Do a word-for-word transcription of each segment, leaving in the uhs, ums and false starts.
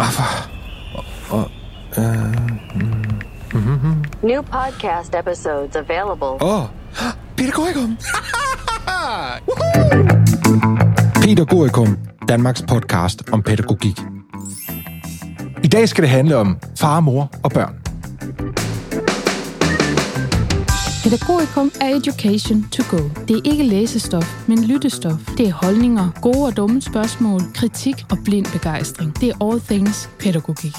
Hvorfor? Og, øh, mm-hmm. New podcast episodes available. Åh, oh, Peter Gorikum! Peter Gorikum, Danmarks podcast om pædagogik. I dag skal det handle om far, mor og børn. Pædagogikum er education to go. Det er ikke læsestof, men lyttestof. Det er holdninger, gode og dumme spørgsmål, kritik og blind begejstring. Det er all things pædagogik.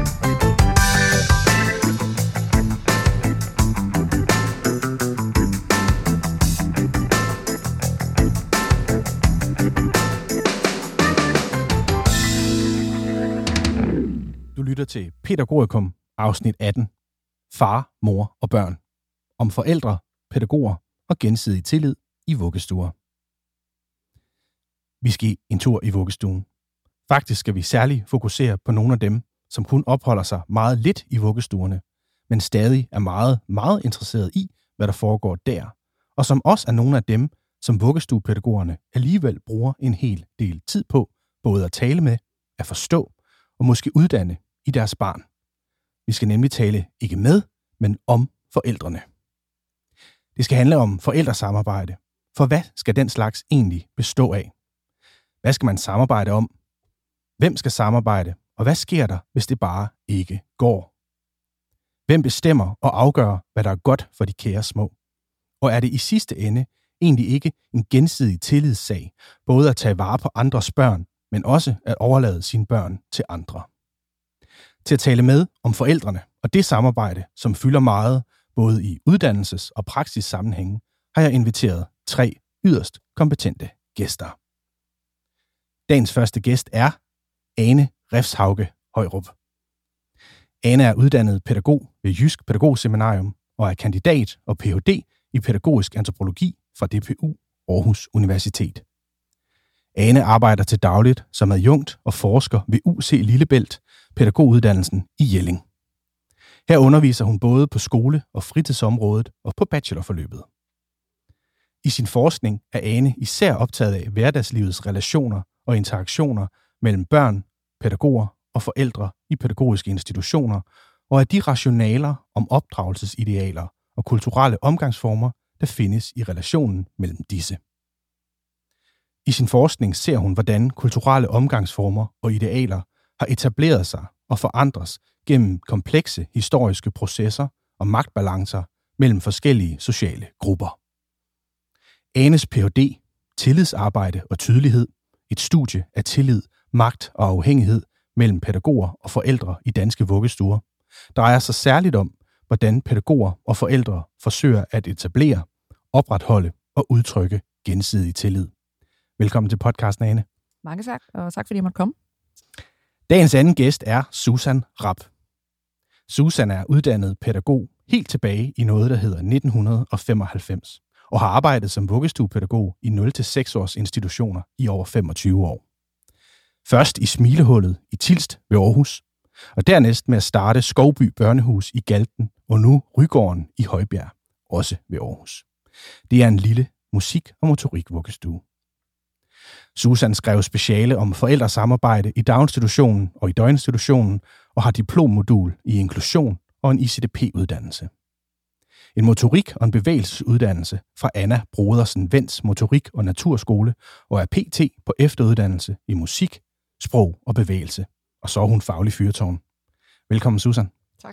Du lytter til Pædagogikum, afsnit atten. Far, mor og børn. Om forældre, pædagoger og gensidig tillid i vuggestuer. Vi skal en tur i vuggestuen. Faktisk skal vi særligt fokusere på nogle af dem, som kun opholder sig meget lidt i vuggestuerne, men stadig er meget, meget interesseret i, hvad der foregår der, og som også er nogle af dem, som vuggestuepædagogerne alligevel bruger en hel del tid på, både at tale med, at forstå og måske uddanne i deres barn. Vi skal nemlig tale ikke med, men om forældrene. Det skal handle om forældresamarbejde. For hvad skal den slags egentlig bestå af? Hvad skal man samarbejde om? Hvem skal samarbejde? Og hvad sker der, hvis det bare ikke går? Hvem bestemmer og afgør, hvad der er godt for de kære små? Og er det i sidste ende egentlig ikke en gensidig tillidssag, både at tage vare på andres børn, men også at overlade sine børn til andre? Til at tale med om forældrene og det samarbejde, som fylder meget, både i uddannelses- og praksissammenhænge, har jeg inviteret tre yderst kompetente gæster. Dagens første gæst er Ane Refshauge Højrup. Ane er uddannet pædagog ved Jysk Pædagogseminarium og er kandidat og P H D i pædagogisk antropologi fra D P U Aarhus Universitet. Ane arbejder til dagligt som adjunkt og forsker ved U C Lillebælt, pædagoguddannelsen i Jelling. Her underviser hun både på skole- og fritidsområdet og på bachelorforløbet. I sin forskning er Ane især optaget af hverdagslivets relationer og interaktioner mellem børn, pædagoger og forældre i pædagogiske institutioner, og af de rationaler om opdragelsesidealer og kulturelle omgangsformer, der findes i relationen mellem disse. I sin forskning ser hun, hvordan kulturelle omgangsformer og idealer har etableret sig og forandres gennem komplekse historiske processer og magtbalancer mellem forskellige sociale grupper. Anes P H D, tillidsarbejde og tydelighed, et studie af tillid, magt og afhængighed mellem pædagoger og forældre i danske vuggestuer, drejer sig særligt om, hvordan pædagoger og forældre forsøger at etablere, opretholde og udtrykke gensidig tillid. Velkommen til podcasten, Ane. Mange tak, og tak fordi jeg måtte komme. Dagens anden gæst er Susan Rapp. Susan er uddannet pædagog helt tilbage i noget, der hedder nitten femoghalvfems, og har arbejdet som vuggestuepædagog i nul til seks års institutioner i over femogtyve år. Først i Smilehullet i Tilst ved Aarhus, og dernæst med at starte Skovby Børnehus i Galten, og nu Rygården i Højbjerg, også ved Aarhus. Det er en lille musik- og motorik-vuggestue. Susan skrev speciale om forældresamarbejde i daginstitutionen og i døgninstitutionen og har diplommodul i inklusion og en I C D P-uddannelse. En motorik- og en bevægelsesuddannelse fra Anna Brodersen Vents Motorik- og Naturskole og er P T på efteruddannelse i musik, sprog og bevægelse. Og så er hun faglig fyrtårn. Velkommen, Susan. Tak.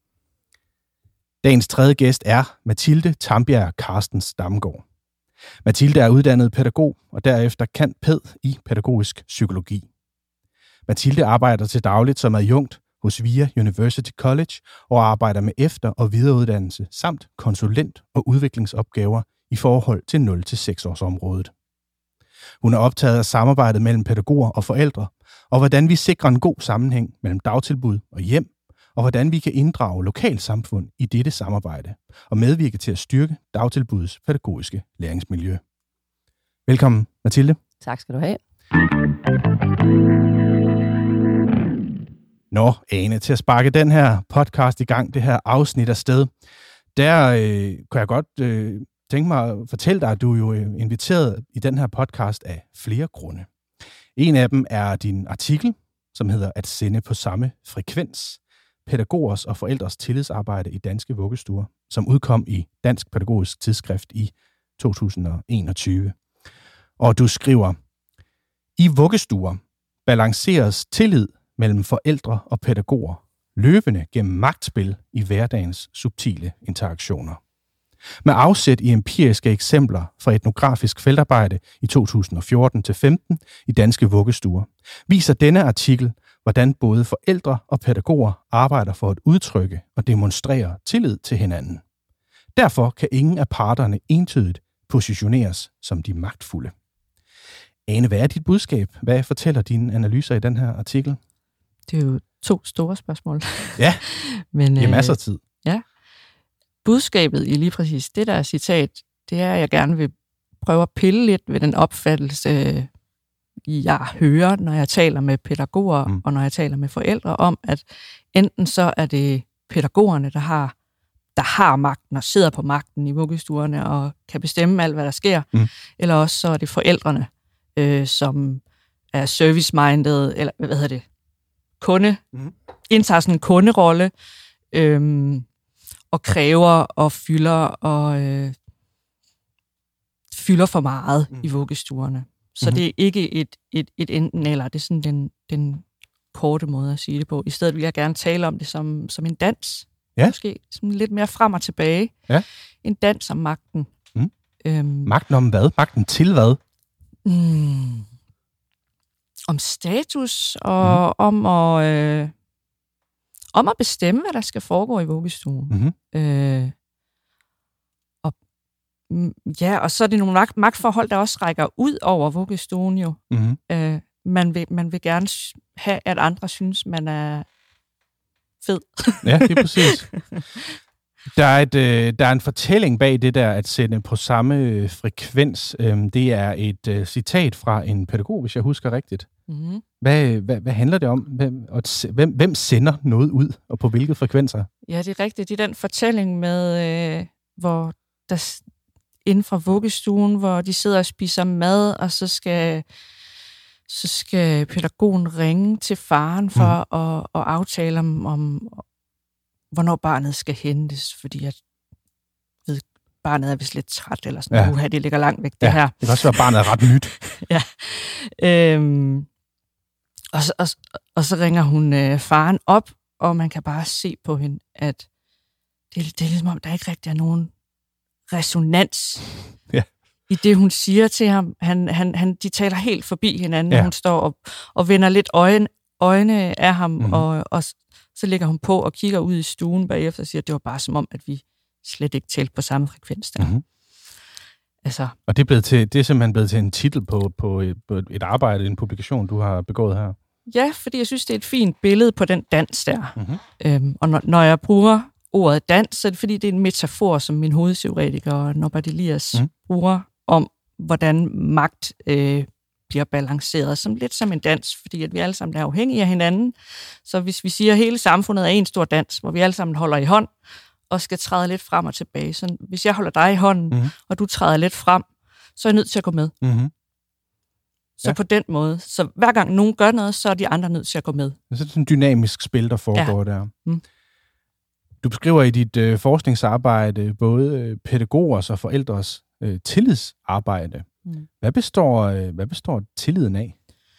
Dagens tredje gæst er Mathilde Tambjerg Carstens Damgaard. Mathilde er uddannet pædagog og derefter cand.pæd i pædagogisk psykologi. Mathilde arbejder til dagligt som adjunkt hos V I A University College og arbejder med efter- og videreuddannelse samt konsulent- og udviklingsopgaver i forhold til nul til seks års området. Hun er optaget af samarbejdet mellem pædagoger og forældre, og hvordan vi sikrer en god sammenhæng mellem dagtilbud og hjem, og hvordan vi kan inddrage lokalsamfund i dette samarbejde og medvirke til at styrke dagtilbudets pædagogiske læringsmiljø. Velkommen, Mathilde. Tak skal du have. Nå, Ane, til at sparke den her podcast i gang, det her afsnit afsted, der øh, kan jeg godt øh, tænke mig at fortælle dig, at du er jo inviteret i den her podcast af flere grunde. En af dem er din artikel, som hedder At sende på samme frekvens. Pædagogers og forældres tillidsarbejde i danske vuggestuer, som udkom i Dansk Pædagogisk Tidsskrift i to tusind og enogtyve. Og du skriver, i vuggestuer balanceres tillid mellem forældre og pædagoger løbende gennem magtspil i hverdagens subtile interaktioner. Med afsæt i empiriske eksempler fra etnografisk feltarbejde i to tusind og fjorten til femten i danske vuggestuer, viser denne artikel, hvordan både forældre og pædagoger arbejder for at udtrykke og demonstrere tillid til hinanden. Derfor kan ingen af parterne entydigt positioneres som de magtfulde. Ane, hvad er dit budskab? Hvad fortæller dine analyser i den her artikel? Det er jo to store spørgsmål. Ja, Men, i masser af tid. Ja. Budskabet i lige præcis det der citat, det er, at jeg gerne vil prøve at pille lidt ved den opfattelse, jeg hører, når jeg taler med pædagoger mm. og når jeg taler med forældre om, at enten så er det pædagogerne, der har, der har magten og sidder på magten i vuggestuerne og kan bestemme alt, hvad der sker, mm. eller også så er det forældrene, øh, som er service-minded, eller hvad hedder det, kunde, mm. indtager sådan en kunderolle, øh, og kræver og fylder og øh, fylder for meget mm. i vuggestuerne. Så mm-hmm. det er ikke et, et, et enten eller, det er sådan den, den korte måde at sige det på. I stedet vil jeg gerne tale om det som, som en dans. Ja. Måske sådan lidt mere frem og tilbage. Ja. En dans om magten. Mm. Øhm, magten om hvad? Magten til hvad? Mm, om status og mm. om at... Øh, om at bestemme, hvad der skal foregå i vuggestuen. Mm-hmm. Øh, og, ja, og så er det nogle magt- magtforhold, der også rækker ud over vuggestuen jo. Mm-hmm. Øh, man, vil, man vil gerne have, at andre synes, man er fed. Ja, det er præcis. Der er, et, øh, der er en fortælling bag det der, at sende på samme frekvens. Øhm, det er et øh, citat fra en pædagog, hvis jeg husker rigtigt. Mm-hmm. Hvad, hvad, hvad handler det om? Hvem, og, hvem, hvem sender noget ud, og på hvilke frekvenser? Ja, det er rigtigt. Det er den fortælling med, øh, hvor der inden for vuggestuen, hvor de sidder og spiser mad, og så skal, så skal pædagogen ringe til faren for mm. at, at aftale om, om, hvornår barnet skal hentes, fordi jeg ved, barnet er vist lidt træt, eller sådan noget. Ja. Det ligger langt væk, det ja, her. Det kan også være, barnet er ret nyt. ja. Øhm, og, så, og, og så ringer hun øh, faren op, og man kan bare se på hende, at det, det er ligesom om, der ikke rigtig er nogen resonans ja. i det, hun siger til ham. Han, han, han, de taler helt forbi hinanden, ja. Hun står og, og vender lidt øjne, øjne af ham, mm-hmm. og, og så ligger hun på og kigger ud i stuen bagefter og siger, at det var bare som om, at vi slet ikke talte på samme frekvens der. Mm-hmm. Altså. Og det er, blevet til, det er simpelthen blevet til en titel på, på, et, på et arbejde, en publikation, du har begået her. Ja, fordi jeg synes, det er et fint billede på den dans der. Mm-hmm. Øhm, og når, når jeg bruger ordet dans, så er det fordi, det er en metafor, som min hovedteoretiker Norbert Elias mm. bruger om, hvordan magt øh, bliver balanceret, som lidt som en dans, fordi at vi alle sammen er afhængige af hinanden. Så hvis vi siger, at hele samfundet er en stor dans, hvor vi alle sammen holder i hånd, og skal træde lidt frem og tilbage. Så hvis jeg holder dig i hånden, mm-hmm. og du træder lidt frem, så er jeg nødt til at gå med. Mm-hmm. Så ja. På den måde. Så hver gang nogen gør noget, så er de andre nødt til at gå med. Så det er sådan et dynamisk spil, der foregår ja. Der. Mm. Du beskriver i dit øh, forskningsarbejde både øh, pædagogers og forældres øh, tillidsarbejde. Mm. Hvad består, øh, hvad består tilliden af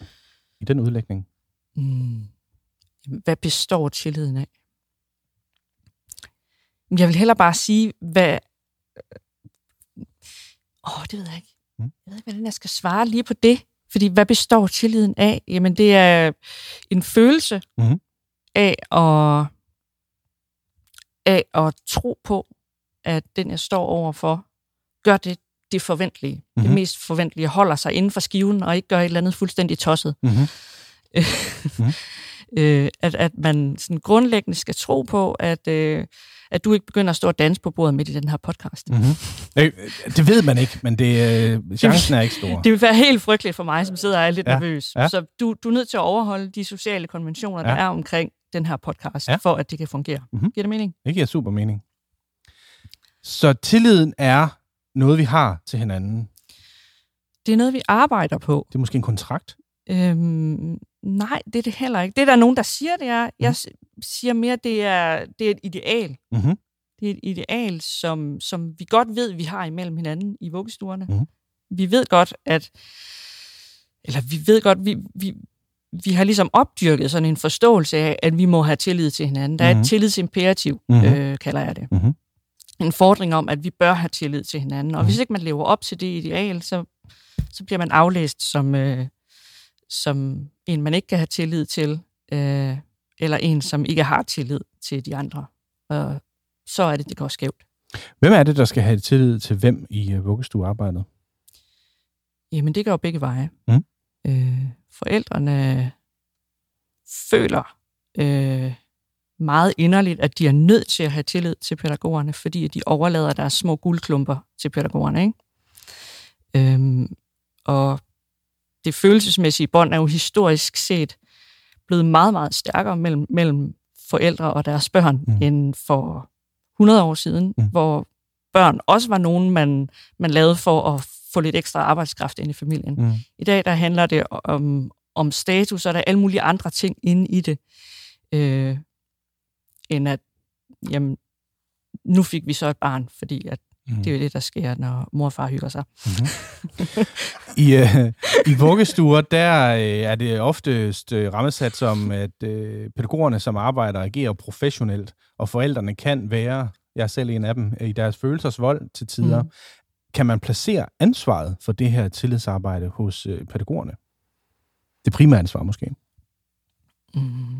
i den udlægning? Mm. Hvad består tilliden af? Jeg vil hellere bare sige, hvad... Åh, oh, det ved jeg ikke. Mm. Jeg ved ikke, hvordan jeg skal svare lige på det. Fordi hvad består tilliden af? Jamen, det er en følelse mm. af, at, af at tro på, at den, jeg står overfor, gør det, det forventelige. Mm-hmm. Det mest forventelige holder sig inden for skiven, og ikke gør et eller andet fuldstændig tosset. Mm-hmm. mm-hmm. at, at man sådan grundlæggende skal tro på, at... at du ikke begynder at stå og danse på bordet midt i den her podcast. Mm-hmm. Det ved man ikke, men det, øh, chancen er ikke stor. Det vil være helt frygteligt for mig, som sidder og er lidt ja. nervøs. Ja. Så du, du er nødt til at overholde de sociale konventioner, ja. der er omkring den her podcast, ja. for at det kan fungere. Mm-hmm. Giver det mening? Det giver super mening. Så tilliden er noget, vi har til hinanden. Det er noget, vi arbejder på. Det er måske en kontrakt? Øhm, nej, det er det heller ikke. Det er der nogen, der siger, det er. Jeg mm. siger mere, det er, det er et ideal. Mm-hmm. Det er et ideal, som, som vi godt ved, vi har imellem hinanden i vuggestuerne. Mm. Vi ved godt, at... Eller vi ved godt, vi, vi, vi har ligesom opdyrket sådan en forståelse af, at vi må have tillid til hinanden. Der er mm-hmm. et tillidsimperativ, mm-hmm. øh, kalder jeg det. Mm-hmm. En fordring om, at vi bør have tillid til hinanden. Og mm-hmm. hvis ikke man lever op til det ideal, så, så bliver man aflæst som, øh, som en, man ikke kan have tillid til, øh, eller en, som ikke har tillid til de andre. Og så er det, det går skævt. Hvem er det, der skal have tillid til hvem i uh, vuggestuearbejdet? Jamen, det går begge veje. Mm. Øh, forældrene føler øh, meget inderligt, at de er nødt til at have tillid til pædagogerne, fordi de overlader deres små guldklumper til pædagogerne. Ikke? Øhm, og det følelsesmæssige bånd er jo historisk set blevet meget, meget stærkere mellem, mellem forældre og deres børn, mm. end for hundrede år siden, mm. hvor børn også var nogen, man, man lavede for at få lidt ekstra arbejdskraft ind i familien. Mm. I dag der handler det om, om status, og der er alle mulige andre ting inde i det, øh, end at, jamen, nu fik vi så et barn, fordi at mm. det er jo det, der sker, når mor og far hygger sig. Mm-hmm. I, øh, I vuggestuer, der øh, er det oftest øh, rammesat som, at øh, pædagogerne, som arbejder, agerer professionelt, og forældrene kan være, jeg er selv en af dem, i deres følelsesvold til tider. Mm. Kan man placere ansvaret for det her tillidsarbejde hos øh, pædagogerne? Det primære ansvar måske? Mm.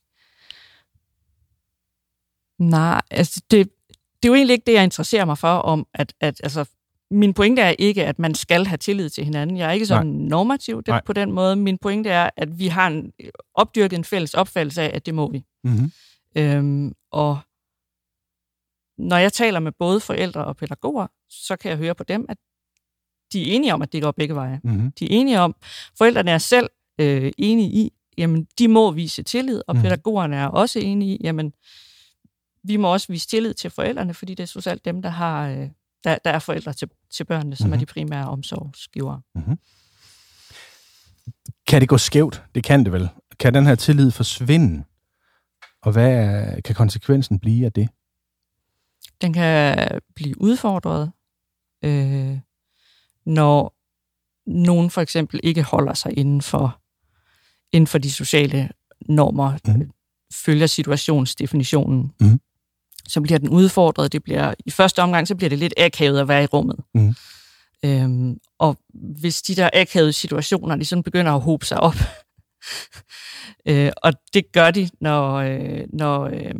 Nej, altså det, det er jo egentlig ikke det, jeg interesserer mig for, om at, at altså, min pointe er ikke, at man skal have tillid til hinanden. Jeg er ikke sådan Nej. normativ det, på den måde. Min pointe er, at vi har en, opdyrket en fælles opfattelse af, at det må vi. Mm-hmm. Øhm, og når jeg taler med både forældre og pædagoger, så kan jeg høre på dem, at de er enige om, at det går begge veje. Mm-hmm. De er enige om, forældrene er selv øh, enige i, jamen de må vise tillid, og mm-hmm. pædagogerne er også enige i, jamen vi må også vise tillid til forældrene, fordi det er så selv dem, der har øh, der, der er forældre til, til børnene, som mm-hmm. er de primære omsorgsgivere. Mm-hmm. Kan det gå skævt? Det kan det vel. Kan den her tillid forsvinde? Og hvad kan konsekvensen blive af det? Den kan blive udfordret, øh, når nogen for eksempel ikke holder sig inden for, inden for de sociale normer, mm. følger situationsdefinitionen. Mm. Så bliver den udfordret. Det bliver, i første omgang så bliver det lidt akavet at være i rummet. Mm. Øhm, og hvis de der akavede situationer ligesom begynder at hobe sig op, øh, og det gør de, når, øh, når, øh,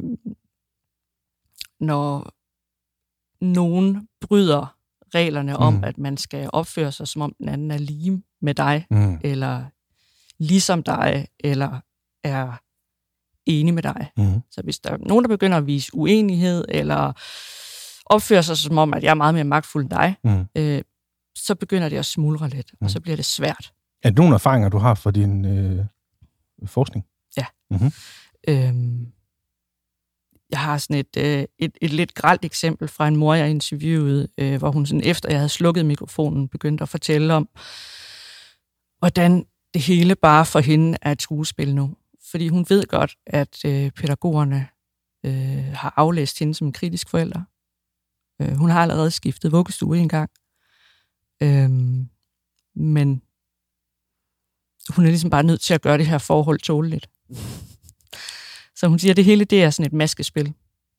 når nogen bryder reglerne om, mm. at man skal opføre sig, som om den anden er lige med dig, mm. eller ligesom dig, eller er enig med dig. Mm. Så hvis der er nogen, der begynder at vise uenighed, eller opføre sig som om, at jeg er meget mere magtfuld end dig, mm. øh, så begynder det at smuldre lidt, mm. og så bliver det svært. Er det nogle erfaringer, du har fra din øh, forskning? Ja. Mm-hmm. Øhm, jeg har sådan et, øh, et, et lidt grelt eksempel fra en mor, jeg interviewede, øh, hvor hun sådan efter jeg havde slukket mikrofonen, begyndte at fortælle om, hvordan det hele bare for hende er et skuespil nu. Fordi hun ved godt, at øh, pædagogerne øh, har aflæst hende som en kritisk forælder. Øh, hun har allerede skiftet vuggestue en gang. Øh, men hun er ligesom bare nødt til at gøre det her forhold tåleligt. Så hun siger, at det hele det er sådan et maskespil.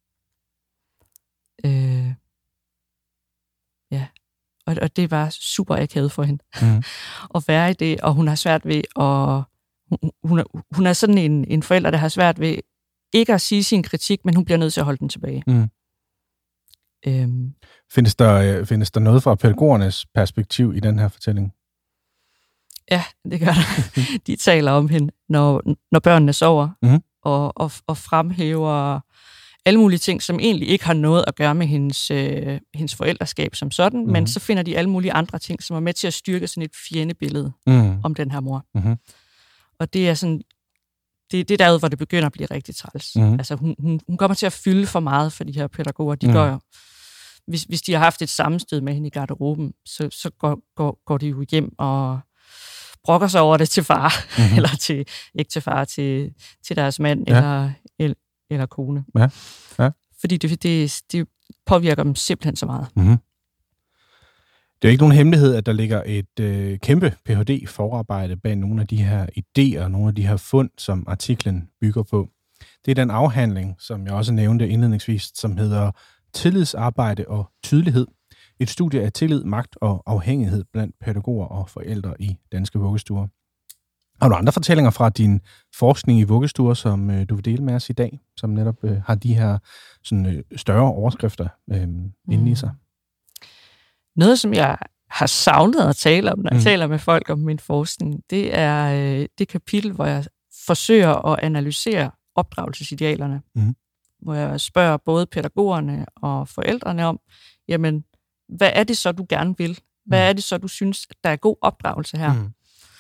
Øh, ja, og, og det var super akavet for hende mm. at være i det, og hun har svært ved at... Hun, hun, er, hun er sådan en, en forælder, der har svært ved ikke at sige sin kritik, men hun bliver nødt til at holde den tilbage. Mm. Øhm. Findes, der, findes der noget fra pædagogernes perspektiv i den her fortælling? Ja, det gør der. De taler om hende, når, når børnene sover, mm. og, og, og fremhæver alle mulige ting, som egentlig ikke har noget at gøre med hendes, øh, hendes forældreskab som sådan, mm. men så finder de alle mulige andre ting, som er med til at styrke sådan et fjendebillede mm. om den her mor. Mm. Og det er sådan, det, det er derude, hvor det begynder at blive rigtig træls. Mm. Altså hun, hun, hun kommer til at fylde for meget for de her pædagoger. De mm. går jo, hvis, hvis de har haft et sammenstød med hende i garderoben, så, så går, går, går de jo hjem og brokker sig over det til far, mm-hmm. eller til, ikke til far, til, til deres mand ja. eller, eller, eller kone. Ja. Ja. Fordi det, det, det påvirker dem simpelthen så meget. Mm-hmm. Det er ikke nogen hemmelighed, at der ligger et øh, kæmpe P H D-forarbejde bag nogle af de her idéer, nogle af de her fund, som artiklen bygger på. Det er den afhandling, som jeg også nævnte indledningsvis, som hedder Tillidsarbejde og tydelighed. Et studie af tillid, magt og afhængighed blandt pædagoger og forældre i danske vuggestuer. Har du andre fortællinger fra din forskning i vuggestuer, som øh, du vil dele med os i dag, som netop øh, har de her sådan, øh, større overskrifter øh, mm. inde i sig? Noget, som jeg har savnet at tale om, når jeg mm. taler med folk om min forskning, det er øh, det kapitel, hvor jeg forsøger at analysere opdragelsesidealerne. Mm. Hvor jeg spørger både pædagogerne og forældrene om, jamen, hvad er det så, du gerne vil? Hvad mm. er det så, du synes, der er god opdragelse her? Mm.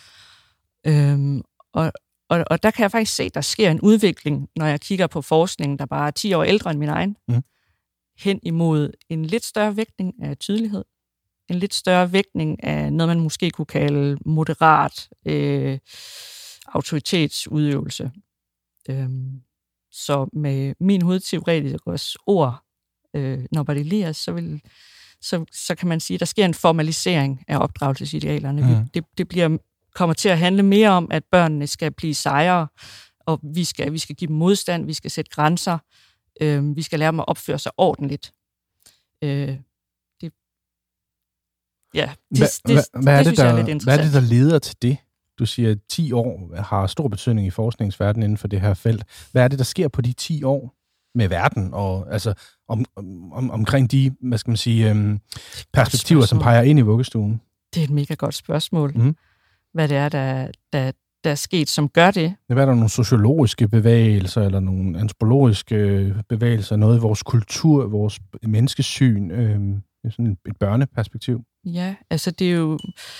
Øhm, og, og, og der kan jeg faktisk se, at der sker en udvikling, når jeg kigger på forskningen, der bare er ti år ældre end min egen, mm. hen imod en lidt større vægtning af tydelighed, en lidt større vægtning af noget, man måske kunne kalde moderat øh, autoritetsudøvelse. Øhm, så med min hovedteoretikers ord, øh, Norbert Elias, så, vil, så, så kan man sige, at der sker en formalisering af opdragelsesidealerne. Mm. Det, det bliver, kommer til at handle mere om, at børnene skal blive sejre, og vi skal, vi skal give dem modstand, vi skal sætte grænser, øh, vi skal lære dem at opføre sig ordentligt. Øh, det, ja, det, hva, det, hva, det, hvad det synes der, jeg er lidt interessant. Hvad er det, der leder til det? Du siger, at ti år har stor betydning i forskningsverdenen inden for det her felt. Hvad er det, der sker på de ti år med verden, og altså om, om, omkring de, hvad skal man sige, øhm, perspektiver, som peger ind i vuggestuen? Det er et mega godt spørgsmål. Mm. Hvad det er, der, der, der er sket, som gør det? Hvad er der nogle sociologiske bevægelser, eller nogle antropologiske bevægelser, noget i vores kultur, vores menneskesyn, øhm, sådan et børneperspektiv? Ja, altså det er jo...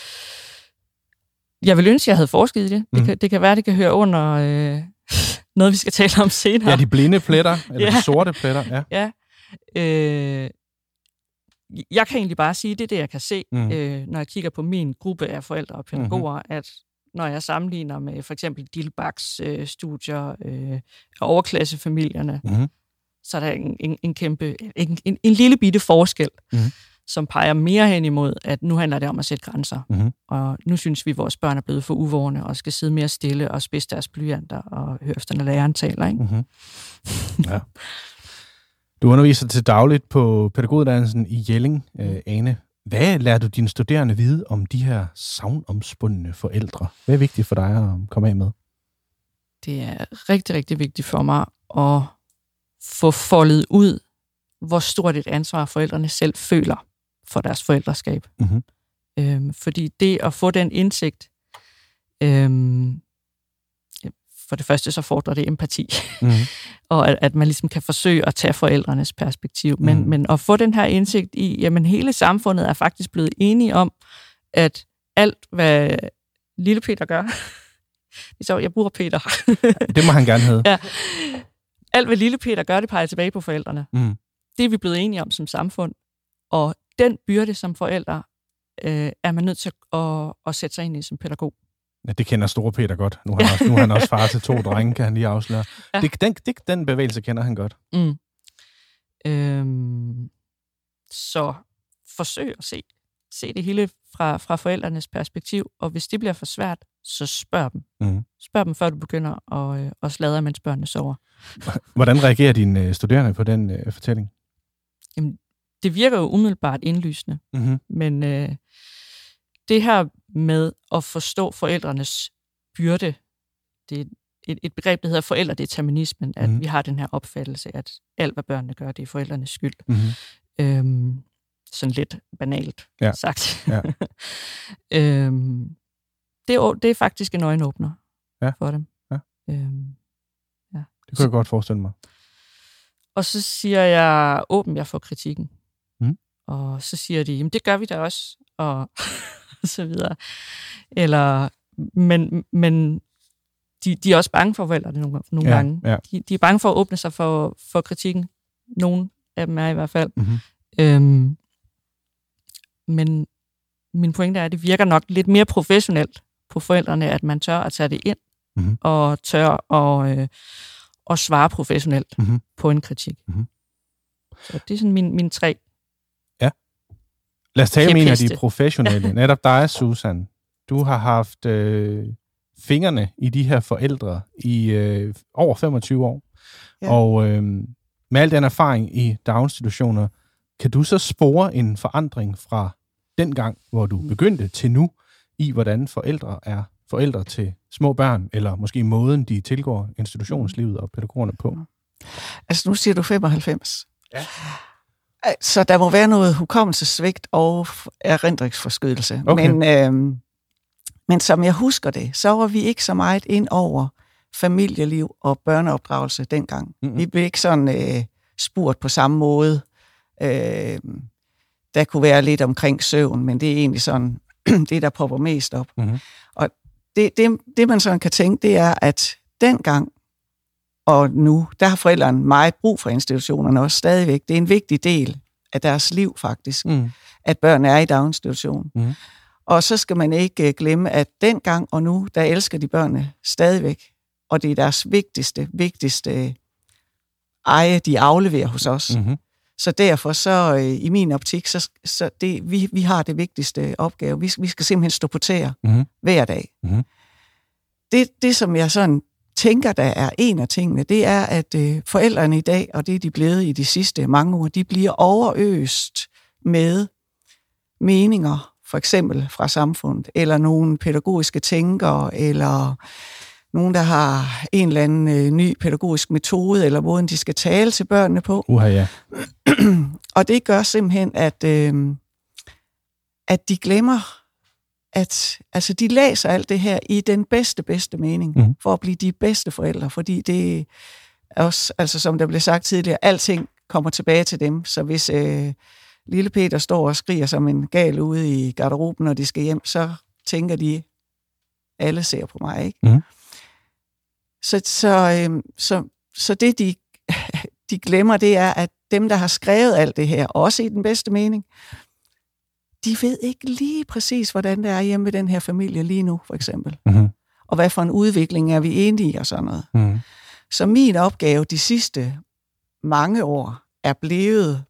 Jeg vil ønske, at jeg havde forsket i det. Det, mm. kan, det kan være, det kan høre under øh, noget, vi skal tale om senere. Ja, de blinde pletter, eller ja. De sorte pletter. Ja. ja. Øh, jeg kan egentlig bare sige, det er det, jeg kan se, mm. øh, når jeg kigger på min gruppe af forældre og pædagoger, mm-hmm. at når jeg sammenligner med for eksempel Dilbachs øh, studier øh, og overklassefamilierne, mm. så er der en, en, en kæmpe, en, en, en lille bitte forskel, mm. som peger mere hen imod, at nu handler det om at sætte grænser. Mm-hmm. Og nu synes vi, at vores børn er blevet for uvågne og skal sidde mere stille og spidse deres blyanter og høre efter, når læreren taler. Ikke? Mm-hmm. Ja. Du underviser til dagligt på pædagoguddannelsen i Jelling, øh, Ane. Hvad lærer du dine studerende vide om de her savnomspundne forældre? Hvad er vigtigt for dig at komme af med? Det er rigtig, rigtig vigtigt for mig at få foldet ud, hvor stort et ansvar forældrene selv føler for deres forældreskab. Mm-hmm. Øhm, fordi det at få den indsigt, øhm, for det første så fordrer det empati, mm-hmm. og at, at man ligesom kan forsøge at tage forældrenes perspektiv. Men, mm-hmm. men at få den her indsigt i, jamen hele samfundet er faktisk blevet enige om, at alt, hvad lille Peter gør, så jeg bruger Peter. Det må han gerne have. Ja. Alt, hvad lille Peter gør, det peger tilbage på forældrene. Mm. Det er vi blevet enige om som samfund. Og den byrde som forældre, øh, er man nødt til at, at, at sætte sig ind i som pædagog. Ja, det kender store Peter godt. Nu er han også, nu er han også far til to drenge, kan han lige afsløre. Ja. Det, den, det, den bevægelse kender han godt. Mm. Øhm, så forsøg at se, se det hele fra, fra forældrenes perspektiv, og hvis det bliver for svært, så spørg dem. Mm. Spørg dem, før du begynder at, øh, at sladre, mens børnene sover. Hvordan reagerer dine studerende på den øh, fortælling? Jamen, det virker jo umiddelbart indlysende, mm-hmm. men øh, det her med at forstå forældrenes byrde, det er et, et begreb, der hedder forældredeterminismen, at mm-hmm. vi har den her opfattelse, at alt, hvad børnene gør, det er forældrenes skyld. Mm-hmm. Øhm, sådan lidt banalt ja. sagt. Ja. øhm, det, er, det er faktisk en øjenåbner ja. for dem. Ja. Øhm, ja. Det kan jeg godt forestille mig. Og så siger jeg, åben jer for kritikken. Mm. Og så siger de, jamen det gør vi da også, og så videre. Eller, men, men de, de er også bange for forældrene nogle, nogle ja, gange. Ja. De, de er bange for at åbne sig for, for kritikken. Nogle af dem er i hvert fald. Mm-hmm. Øhm, men min pointe er, at det virker nok lidt mere professionelt på forældrene, at man tør at tage det ind, mm-hmm. og tør at, øh, at svare professionelt mm-hmm. på en kritik. Mm-hmm. Så det er sådan mine, mine tre. Ja. Lad os tale om en af de professionelle. Netop dig, Susan. Du har haft øh, fingrene i de her forældre i øh, over femogtyve år. Ja. Og øh, med al den erfaring i daginstitutioner, kan du så spore en forandring fra den gang, hvor du begyndte, til nu, i hvordan forældre er forældre til små børn, eller måske måden, de tilgår institutionslivet og pædagogerne på? Altså nu siger du femoghalvfems. Ja. Så der må være noget hukommelsessvigt og erindringsforskydelse. Okay. Men, øh, men som jeg husker det, så var vi ikke så meget ind over familieliv og børneopdragelse dengang. Mm-hmm. Vi blev ikke sådan øh, spurgt på samme måde. Øh, der kunne være lidt omkring søvn, men det er egentlig sådan, det der popper mest op. Mm-hmm. Og det, det, det, man sådan kan tænke, det er, at dengang og nu, der har forældrene meget brug for institutionerne også stadigvæk. Det er en vigtig del af deres liv faktisk, mm. at børn er i daginstitution. Mm. Og så skal man ikke glemme, at dengang og nu, der elsker de børnene stadigvæk. Og det er deres vigtigste, vigtigste eje, de afleverer hos os. Mm-hmm. Så derfor så, i min optik, så, så det, vi, vi har det vigtigste opgave. Vi, vi skal simpelthen stå på tæer mm-hmm. hver dag. Mm-hmm. Det, det, som jeg sådan tænker, der er en af tingene, det er, at øh, forældrene i dag, og det er de blevet i de sidste mange år, de bliver overøst med meninger, for eksempel fra samfundet, eller nogle pædagogiske tænkere, eller nogen, der har en eller anden øh, ny pædagogisk metode, eller måden, de skal tale til børnene på. Uha, ja. Og det gør simpelthen, at, øh, at de glemmer, at altså, de læser alt det her i den bedste, bedste mening, mm. for at blive de bedste forældre, fordi det er også, altså som der blev sagt tidligere, alting kommer tilbage til dem, så hvis øh, lille Peter står og skriger som en gal ude i garderoben, når de skal hjem, så tænker de, alle ser på mig, ikke? Mm. Så, så, øh, så, så det, de, de glemmer, det er, at dem, der har skrevet alt det her, også i den bedste mening, de ved ikke lige præcis, hvordan det er hjemme ved den her familie lige nu, for eksempel. Mm-hmm. Og hvad for en udvikling er vi enige i og sådan noget. Mm. Så min opgave de sidste mange år er blevet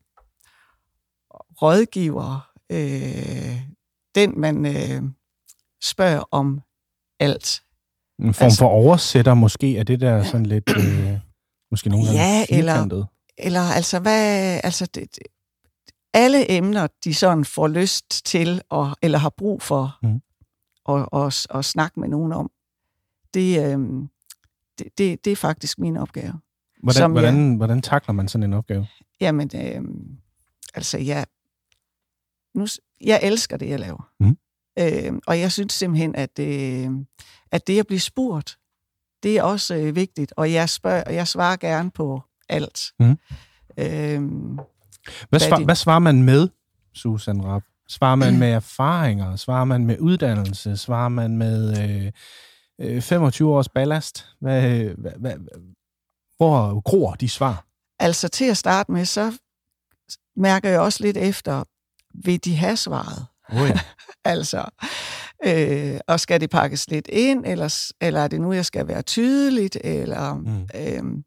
rådgiver, øh, den man øh, spørger om alt. En form altså, for oversætter måske, er det der sådan lidt, øh, måske nogle gange ja, eller, eller altså, hvad, altså det, det, alle emner, de sådan får lyst til, og, eller har brug for mm. at, at, at snakke med nogen om, det, øh, det, det, det er faktisk min opgave. Hvordan, hvordan, jeg, hvordan takler man sådan en opgave? Jamen, øh, altså, jeg, nu, jeg elsker det, jeg laver. Mm. Øh, og jeg synes simpelthen, at, øh, at det at blive spurgt, det er også øh, vigtigt, og jeg, spørger, jeg svarer gerne på alt. Mm. Øh, Hvad, svar, hvad svarer man med, Susan Rapp? Svarer man med erfaringer? Svarer man med uddannelse? Svarer man med øh, femogtyve års ballast? Hvad, hvad, hvad, hvor gror de svar? Altså til at starte med, så mærker jeg også lidt efter, vil de have svaret? Oh ja. altså, øh, og skal det pakkes lidt ind, eller, eller er det nu, jeg skal være tydeligt? Eller... Mm. Øh,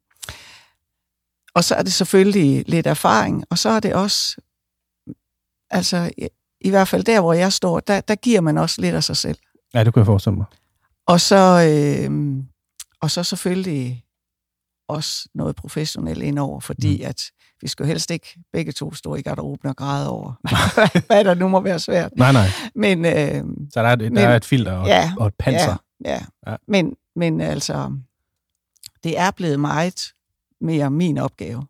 Og så er det selvfølgelig lidt erfaring, og så er det også, altså i, i hvert fald der, hvor jeg står, der, der giver man også lidt af sig selv. Ja, det kunne jeg forestille mig. Og så, øh, og så selvfølgelig også noget professionelt indover, fordi mm. at vi skal jo helst ikke begge to stå i garderoben og græde over, hvad der nu må være svært. Nej, nej. Men, øh, så der er, der men, er et filter og, ja, og et panser. Ja, ja. ja. Men, men altså, det er blevet meget mere min opgave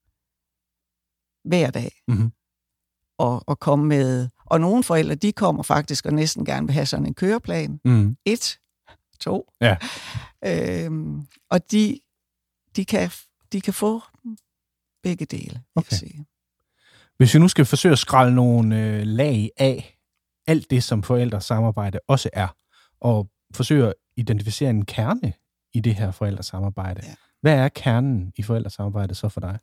hver dag mm-hmm. og, og komme med, og nogle forældre, de kommer faktisk og næsten gerne vil have sådan en køreplan. Mm. Et, to. Ja. Øhm, og de, de, kan, de kan få begge dele, okay. Jeg sige. Hvis vi nu skal forsøge at skrælle nogle øh, lag af alt det, som forældresamarbejde også er, og forsøge at identificere en kerne i det her forældresamarbejde. Ja. Hvad er kernen i forældresamarbejdet så for dig?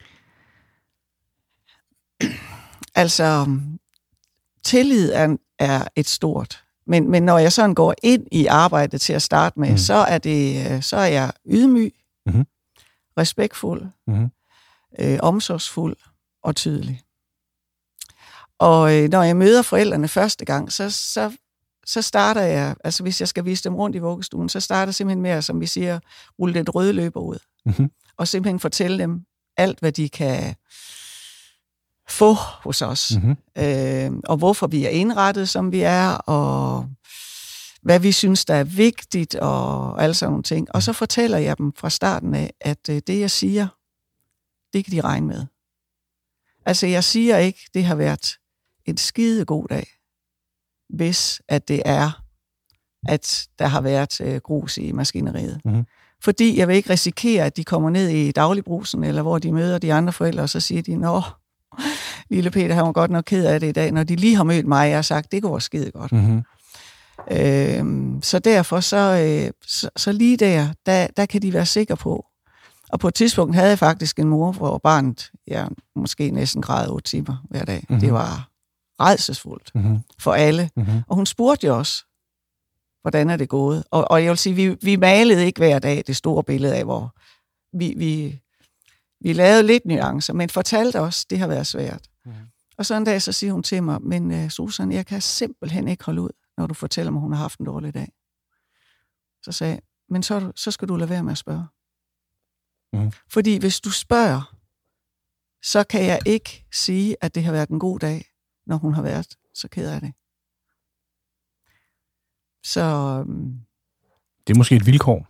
Altså, tillid er, er et stort Men, men når jeg sådan går ind i arbejdet til at starte med, mm. så, er det, så er jeg ydmyg, mm-hmm. respektfuld, mm-hmm. øh, omsorgsfuld og tydelig. Og øh, når jeg møder forældrene første gang, så, så, så starter jeg, altså hvis jeg skal vise dem rundt i vuggestuen, så starter jeg simpelthen med at, som vi siger, rulle det røde løber ud. Mm-hmm. Og simpelthen fortælle dem alt, hvad de kan få hos os. Mm-hmm. Øh, og hvorfor vi er indrettet, som vi er, og hvad vi synes, der er vigtigt, og alle sådan nogle ting. Og så fortæller jeg dem fra starten af, at øh, det, jeg siger, det kan de regne med. Altså, jeg siger ikke, det har været en skide god dag, hvis at det er, at der har været øh, grus i maskineriet. Mm-hmm. Fordi jeg vil ikke risikere, at de kommer ned i dagligbrusen, eller hvor de møder de andre forældre, og så siger de, nå, lille Peter, han var godt nok ked af det i dag, når de lige har mødt mig, og jeg har sagt, det går skide godt. Mm-hmm. Øhm, så derfor, så, øh, så, så lige der, der, der kan de være sikre på. Og på et tidspunkt havde jeg faktisk en mor, hvor barnet, ja, måske næsten græd otte timer hver dag. Mm-hmm. Det var rædselsfuldt mm-hmm. for alle. Mm-hmm. Og hun spurgte jo også, hvordan er det gået? Og, og jeg vil sige, vi, vi malede ikke hver dag det store billede af, hvor vi, vi, vi lavede lidt nuancer, men fortalte os, det har været svært. Mm. Og så en dag, så siger hun til mig, men uh, Susan, jeg kan simpelthen ikke holde ud, når du fortæller mig, hun har haft en dårlig dag. Så sagde jeg, men så, så skal du lade være med at spørge. Mm. Fordi hvis du spørger, så kan jeg ikke sige, at det har været en god dag, når hun har været så ked af det. Så um, det er måske et vilkår.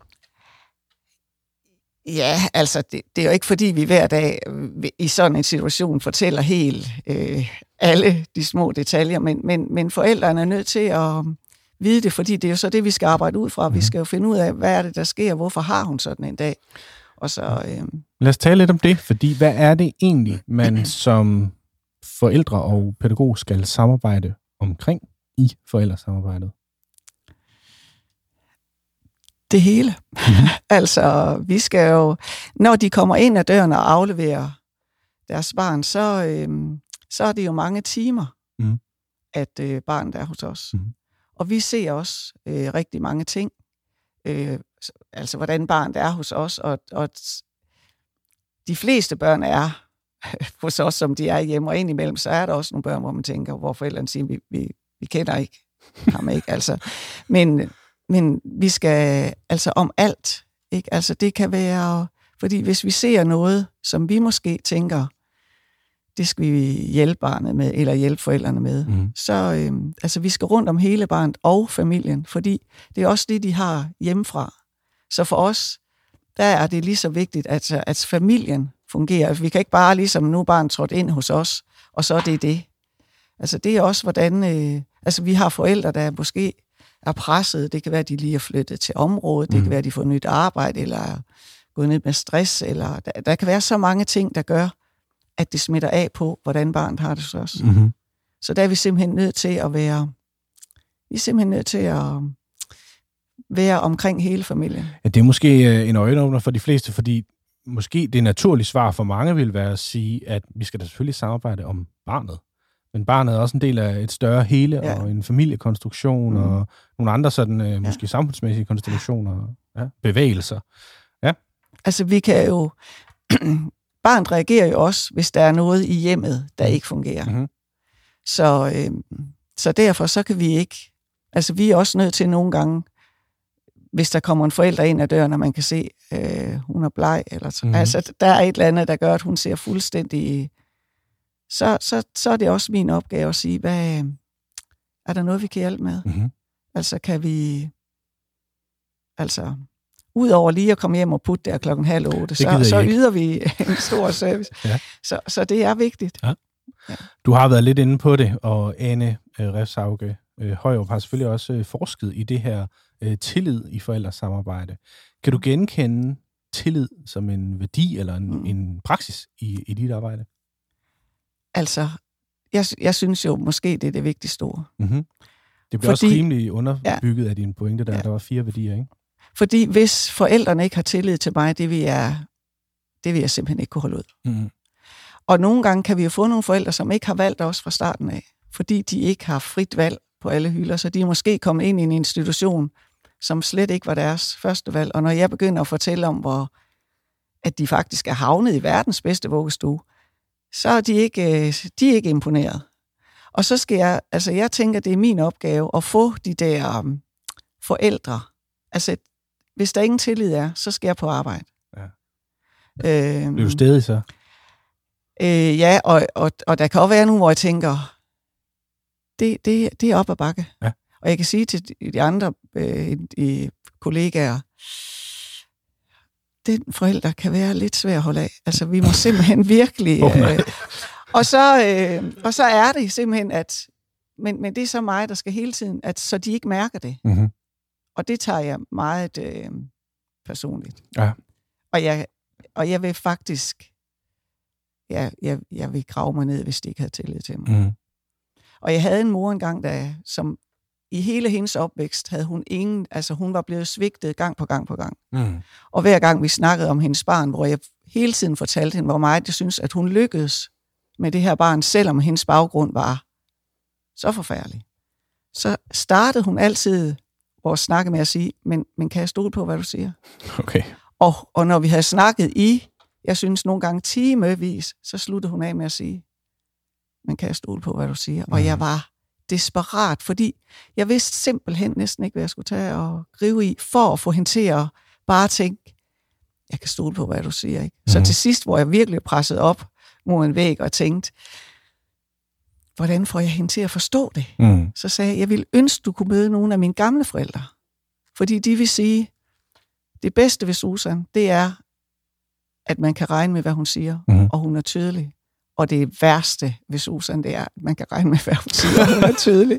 Ja, altså, det, det er jo ikke fordi, vi hver dag i sådan en situation fortæller helt øh, alle de små detaljer, men, men, men forældrene er nødt til at vide det, fordi det er jo så det, vi skal arbejde ud fra. Mm. Vi skal jo finde ud af, hvad er det, der sker, hvorfor har hun sådan en dag. Og så, øh... Lad os tale lidt om det, fordi hvad er det egentlig, man som forældre og pædagog skal samarbejde omkring i forældresamarbejdet? Det hele. Mm-hmm. Altså, vi skal jo, når de kommer ind ad døren og afleverer deres barn, så, øhm, så er det jo mange timer, mm. at øh, barnet er hos os. Mm. Og vi ser også øh, rigtig mange ting. Øh, altså, hvordan barnet er hos os, og, og de fleste børn er hos os, som de er hjemme, og indimellem, så er der også nogle børn, hvor man tænker, hvor forældrene siger, vi, vi, vi kender ikke ham ikke, altså. Men Men vi skal altså om alt, ikke? Altså det kan være, fordi hvis vi ser noget, som vi måske tænker, det skal vi hjælpe barnet med, eller hjælpe forældrene med, mm. så øhm, altså vi skal rundt om hele barnet og familien, fordi det er også det, de har hjemmefra. Så for os, der er det lige så vigtigt, at, at familien fungerer. Vi kan ikke bare ligesom nu barnet trådt ind hos os, og så er det det. Altså det er også, hvordan, øh, altså vi har forældre, der måske er presset. Det kan være, at de lige er flyttet til området. Mm. Det kan være, at de får nyt arbejde, eller er gået ned med stress. Eller der, der kan være så mange ting, der gør, at det smitter af på, hvordan barnet har det også. Mm-hmm. Så der er vi simpelthen nødt til at være, vi er simpelthen nødt til at være omkring hele familien. Ja, det er måske en øjenåbner for de fleste, fordi måske det naturlige svar for mange vil være at sige, at vi skal da selvfølgelig samarbejde om barnet. Men barnet er også en del af et større hele, ja. Og en familiekonstruktion, mm. og nogle andre sådan, øh, måske ja. samfundsmæssige konstellationer, ja, bevægelser. Ja. Altså vi kan jo, barnet reagerer jo også, hvis der er noget i hjemmet, der ikke fungerer. Mm-hmm. Så, øh, så derfor så kan vi ikke, altså vi er også nødt til nogle gange, hvis der kommer en forælder ind ad døren, og man kan se, øh, hun er bleg, eller mm-hmm. altså der er et eller andet, der gør, at hun ser fuldstændig. Så, så, så er det også min opgave at sige, hvad, er der noget, vi kan hjælpe med? Mm-hmm. Altså kan vi, altså, udover lige at komme hjem og putte der klokken halv otte, så, så yder vi en stor service. Ja. Så, så det er vigtigt. Ja. Ja. Du har været lidt inde på det, og Ane øh, Refshauge øh, Højrup har selvfølgelig også øh, forsket i det her øh, tillid i forældresamarbejde. Kan du genkende tillid som en værdi eller en, mm. en praksis i, i dit arbejde? Altså, jeg, jeg synes jo måske, det er det vigtigste ord. Mm-hmm. Det bliver Fordi, også rimelig underbygget ja, af dine pointer, der, ja. der var fire værdier, ikke? Fordi hvis forældrene ikke har tillid til mig, det vil jeg, det vil jeg simpelthen ikke kunne holde ud. Mm-hmm. Og nogle gange kan vi jo få nogle forældre, som ikke har valgt os fra starten af, fordi de ikke har frit valg på alle hylder, så de er måske kommet ind i en institution, som slet ikke var deres første valg. Og når jeg begynder at fortælle om, hvor, at de faktisk er havnet i verdens bedste vuggestue, så er de ikke, de er ikke imponeret. Og så skal jeg, altså jeg tænker, det er min opgave at få de der um, forældre. Altså, hvis der ingen tillid er, så skal jeg på arbejde. Ja. Øhm, Bliver du stedig så? Øh, ja, og, og, og der kan også være nu, hvor jeg tænker, det, det, det er op ad bakke. Ja. Og jeg kan sige til de andre øh, de kollegaer, den forælder kan være lidt svær at holde af. Altså, vi må simpelthen virkelig... Øh, og, så, øh, og så er det simpelthen, at... Men, men det er så mig, der skal hele tiden, at så de ikke mærker det. Mm-hmm. Og det tager jeg meget øh, personligt. Ja. Og jeg, og jeg vil faktisk... Ja, jeg, jeg vil grave mig ned, hvis de ikke havde tillid til mig. Mm. Og jeg havde en mor engang, der, som i hele hendes opvækst havde hun ingen... Altså, hun var blevet svigtet gang på gang på gang. Mm. Og hver gang vi snakkede om hendes barn, hvor jeg hele tiden fortalte hende, hvor meget jeg synes, at hun lykkedes med det her barn, selvom hendes baggrund var så forfærdelig. Så startede hun altid vores snakke med at sige, men, men kan jeg stole på, hvad du siger? Okay. Og, og når vi havde snakket i, jeg synes nogle gange timevis, så sluttede hun af med at sige, men kan jeg stole på, hvad du siger? Mm. Og jeg var desperat, fordi jeg vidste simpelthen næsten ikke, hvad jeg skulle tage og gribe i, for at få hende til at bare tænke, jeg kan stole på, hvad du siger. Ikke? Mm. Så til sidst, hvor jeg virkelig pressede op mod en væg og tænkte, hvordan får jeg hende til at forstå det? Mm. Så sagde jeg, jeg ville ønske, du kunne møde nogle af mine gamle forældre. Fordi de vil sige, det bedste ved Susan, det er, at man kan regne med, hvad hun siger, mm. og hun er tydelig. Og det værste ved Susan, det er, at man kan regne med, hvad hun siger, og hun er tydelig.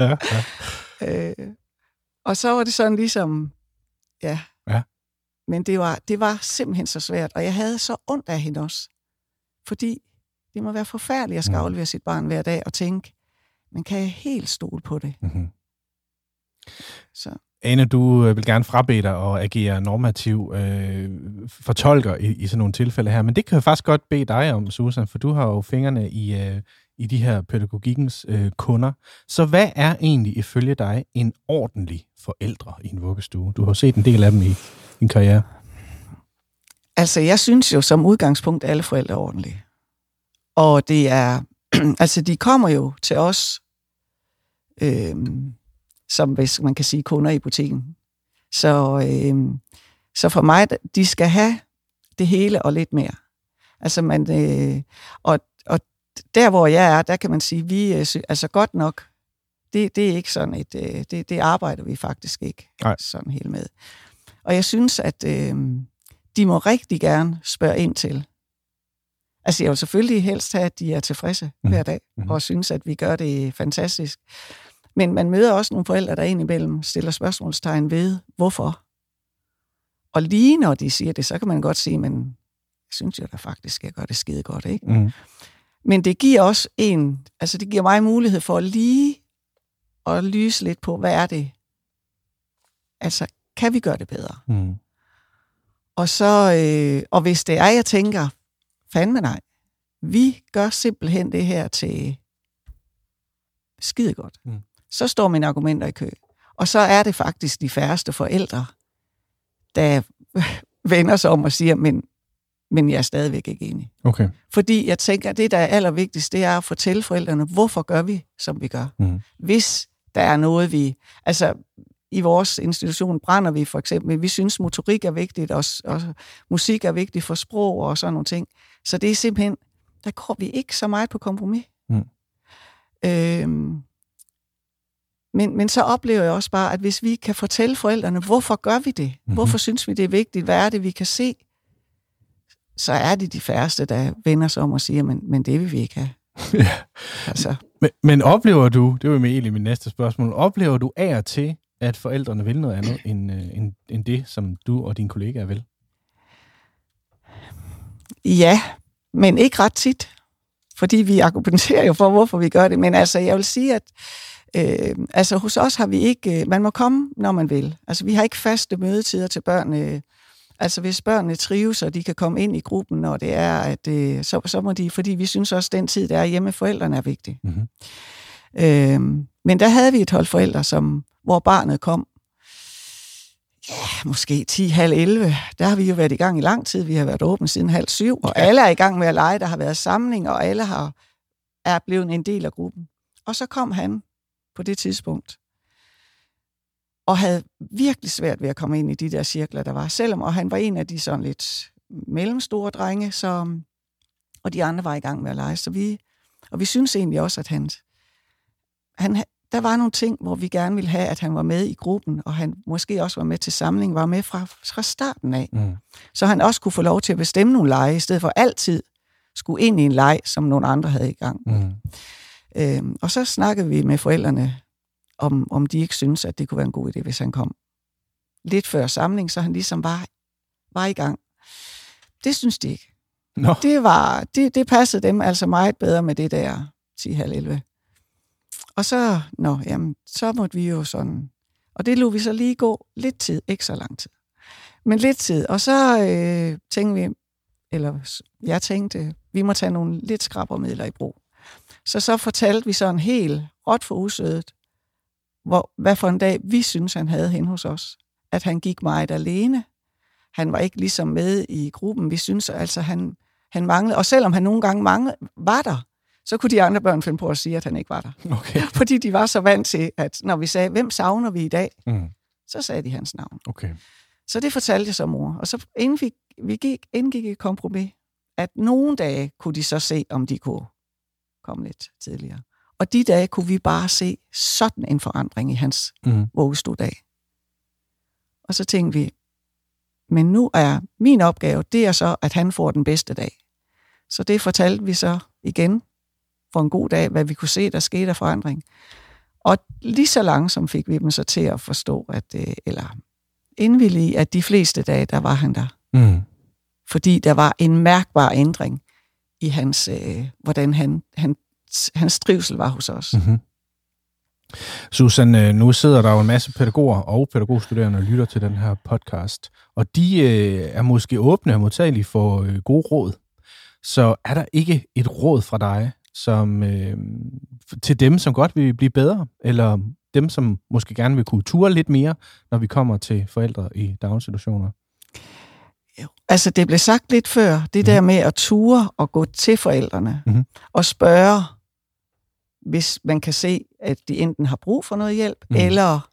øh, og så var det sådan ligesom, ja. ja. Men det var, det var simpelthen så svært, og jeg havde så ondt af hende også. Fordi det må være forfærdeligt at skal aflevere mm. sit barn hver dag og tænke, men kan jeg helt stole på det? Mm-hmm. Så. Ane, du vil gerne frabede dig og agere normativ øh, fortolker i, i sådan nogle tilfælde her, men det kan jeg faktisk godt bede dig om, Susan, for du har jo fingrene i, øh, i de her pædagogikkens øh, kunder. Så hvad er egentlig ifølge dig en ordentlig forældre i en vuggestue? Du har jo set en del af dem i din karriere. Altså, jeg synes jo som udgangspunkt, at alle forældre er ordentlige. Og det er, altså de kommer jo til os, øh, som hvis man kan sige kunder i butikken. Så, øh, så for mig, de skal have det hele og lidt mere. Altså man, øh, og, og der hvor jeg er, der kan man sige, vi altså godt nok, det, det er ikke sådan et, øh, det, det arbejder vi faktisk ikke Nej. sådan helt med. Og jeg synes, at øh, de må rigtig gerne spørge ind til. Altså jeg vil selvfølgelig helst have, at de er tilfredse mm. hver dag, mm-hmm. og synes, at vi gør det fantastisk. Men man møder også nogle forældre, der indimellem stiller spørgsmålstegn ved, hvorfor. Og lige når de siger det, så kan man godt sige, men jeg synes jo da faktisk, at jeg gør det skide godt, ikke? Mm. Men det giver også en, altså det giver mig mulighed for lige at lyse lidt på, hvad er det? Altså, kan vi gøre det bedre? Mm. Og så, øh, og hvis det er, jeg tænker, fandme nej, vi gør simpelthen det her til skide godt. Mm. Så står mine argumenter i kø. Og så er det faktisk de færreste forældre, der vender sig om og siger, men, men jeg er stadigvæk ikke enig. Okay. Fordi jeg tænker, at det, der er allervigtigst, det er at fortælle forældrene, hvorfor gør vi, som vi gør. Mm. Hvis der er noget, vi... Altså, i vores institution brænder vi for eksempel, vi synes, motorik er vigtigt, og, og musik er vigtigt for sprog og sådan nogle ting. Så det er simpelthen, der går vi ikke så meget på kompromis. Mm. Øhm, men, men så oplever jeg også bare, at hvis vi kan fortælle forældrene, hvorfor gør vi det? Mm-hmm. Hvorfor synes vi, det er vigtigt? Hvad er det, vi kan se? Så er det de færreste, der vender sig om og siger, men, men det vil vi ikke have. Ja. Altså. Men, men oplever du, det var med egentlig mit næste spørgsmål, oplever du af og til, at forældrene vil noget andet, end, end, end det, som du og dine kollegaer vil? Ja, men ikke ret tit. Fordi vi argumenterer jo for, hvorfor vi gør det. Men altså, jeg vil sige, at øh, altså, hos os har vi ikke... Man må komme, når man vil. Altså, vi har ikke faste mødetider til børnene. Altså, hvis børnene trives, og de kan komme ind i gruppen, når det er, at øh, så, så må de... Fordi vi synes også, at den tid, der er hjemme, forældrene er vigtig. Mm-hmm. Øh, men der havde vi et hold forældre, som, hvor barnet kom, ja, måske ti, halv elleve. Der har vi jo været i gang i lang tid. Vi har været åbne siden halv syv, og alle er i gang med at lege. Der har været samling, og alle har, er blevet en del af gruppen. Og så kom han på det tidspunkt, og havde virkelig svært ved at komme ind i de der cirkler, der var. Selvom, og han var en af de sådan lidt mellemstore drenge, så, og de andre var i gang med at lege. Så vi, og vi synes egentlig også, at han, han, der var nogle ting, hvor vi gerne ville have, at han var med i gruppen, og han måske også var med til samling, var med fra, fra starten af. Mm. Så han også kunne få lov til at bestemme nogle lege, i stedet for altid skulle ind i en leg, som nogle andre havde i gang. Mm. Øhm, og så snakkede vi med forældrene, om, om de ikke synes, at det kunne være en god idé, hvis han kom lidt før samling, så han ligesom var, var i gang. Det synes de ikke. No. Det, var, det, det passede dem altså meget bedre med det der ti halv elleve. Og så, nå, jamen, så måtte vi jo sådan, og det lod vi så lige gå lidt tid, ikke så lang tid, men lidt tid. Og så øh, tænkte vi, eller jeg tænkte, vi må tage nogle lidt skrabermidler i brug. Så så fortalte vi sådan helt råt for usødet, hvor, hvad for en dag vi synes, han havde hen hos os. At han gik meget alene. Han var ikke ligesom med i gruppen. Vi synes altså, han, han manglede. Og selvom han nogle gange manglede, var der, så kunne de andre børn finde på at sige, at han ikke var der. Okay. Fordi de var så vant til, at når vi sagde, hvem savner vi i dag? Mm. Så sagde de hans navn. Okay. Så det fortalte jeg så mor. Og så inden vi, vi gik, indgik et kompromis, at nogle dage kunne de så se, om de kunne komme lidt tidligere. Og de dage kunne vi bare se sådan en forandring i hans mm. vuggestuedag. Og så tænkte vi, men nu er min opgave, det er så, at han får den bedste dag. Så det fortalte vi så igen for en god dag, hvad vi kunne se, der skete af forandring. Og lige så langsomt fik vi dem så til at forstå, at, eller indvillige, at de fleste dage, der var han der. Mm. Fordi der var en mærkbar ændring i hans, øh, hvordan han, han hans trivsel var hos os. Mm-hmm. Susan, nu sidder der jo en masse pædagoger og pædagogstuderende og lytter til den her podcast, og de øh, er måske åbne og modtagelige for øh, gode råd. Så er der ikke et råd fra dig som, øh, til dem, som godt vil blive bedre, eller dem, som måske gerne vil kunne ture lidt mere, når vi kommer til forældre i daginstitutioner? Altså, det blev sagt lidt før, det mm-hmm. der med at ture og gå til forældrene mm-hmm. og spørge, hvis man kan se, at de enten har brug for noget hjælp, mm. eller,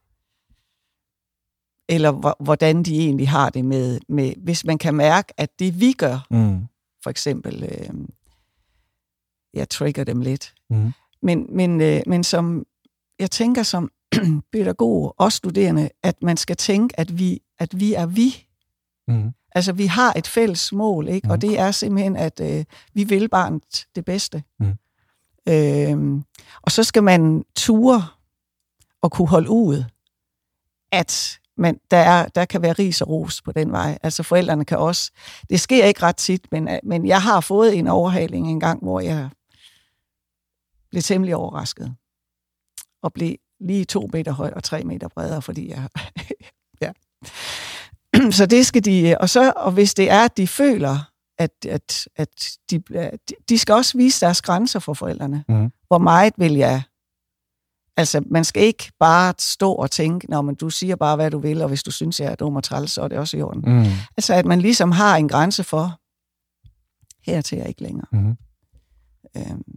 eller hvordan de egentlig har det med, med, hvis man kan mærke, at det vi gør, mm. for eksempel, øh, jeg trigger dem lidt, mm. men, men, øh, men som, jeg tænker som pædagog og studerende, at man skal tænke, at vi, at vi er vi. Mm. Altså, vi har et fælles mål, ikke? Mm. Og det er simpelthen, at øh, vi vil barnet det bedste. Mm. Øhm, og så skal man ture og kunne holde ud, at man, der, er, der kan være ris og ros på den vej. Altså forældrene kan også, det sker ikke ret tit, men, men jeg har fået en overhaling en gang, hvor jeg blev temmelig overrasket. Og blev lige to meter høj og tre meter bredere, fordi jeg... ja. Så det skal de... Og, så, og hvis det er, at de føler... at, at, at de, de skal også vise deres grænser for forældrene. Mm. Hvor meget vil jeg... Altså, man skal ikke bare stå og tænke, nå, men du siger bare, hvad du vil, og hvis du synes, jeg er dum og træls, så er det også i orden. Mm. Altså, at man ligesom har en grænse for, hertil er ikke længere. Mm. Øhm.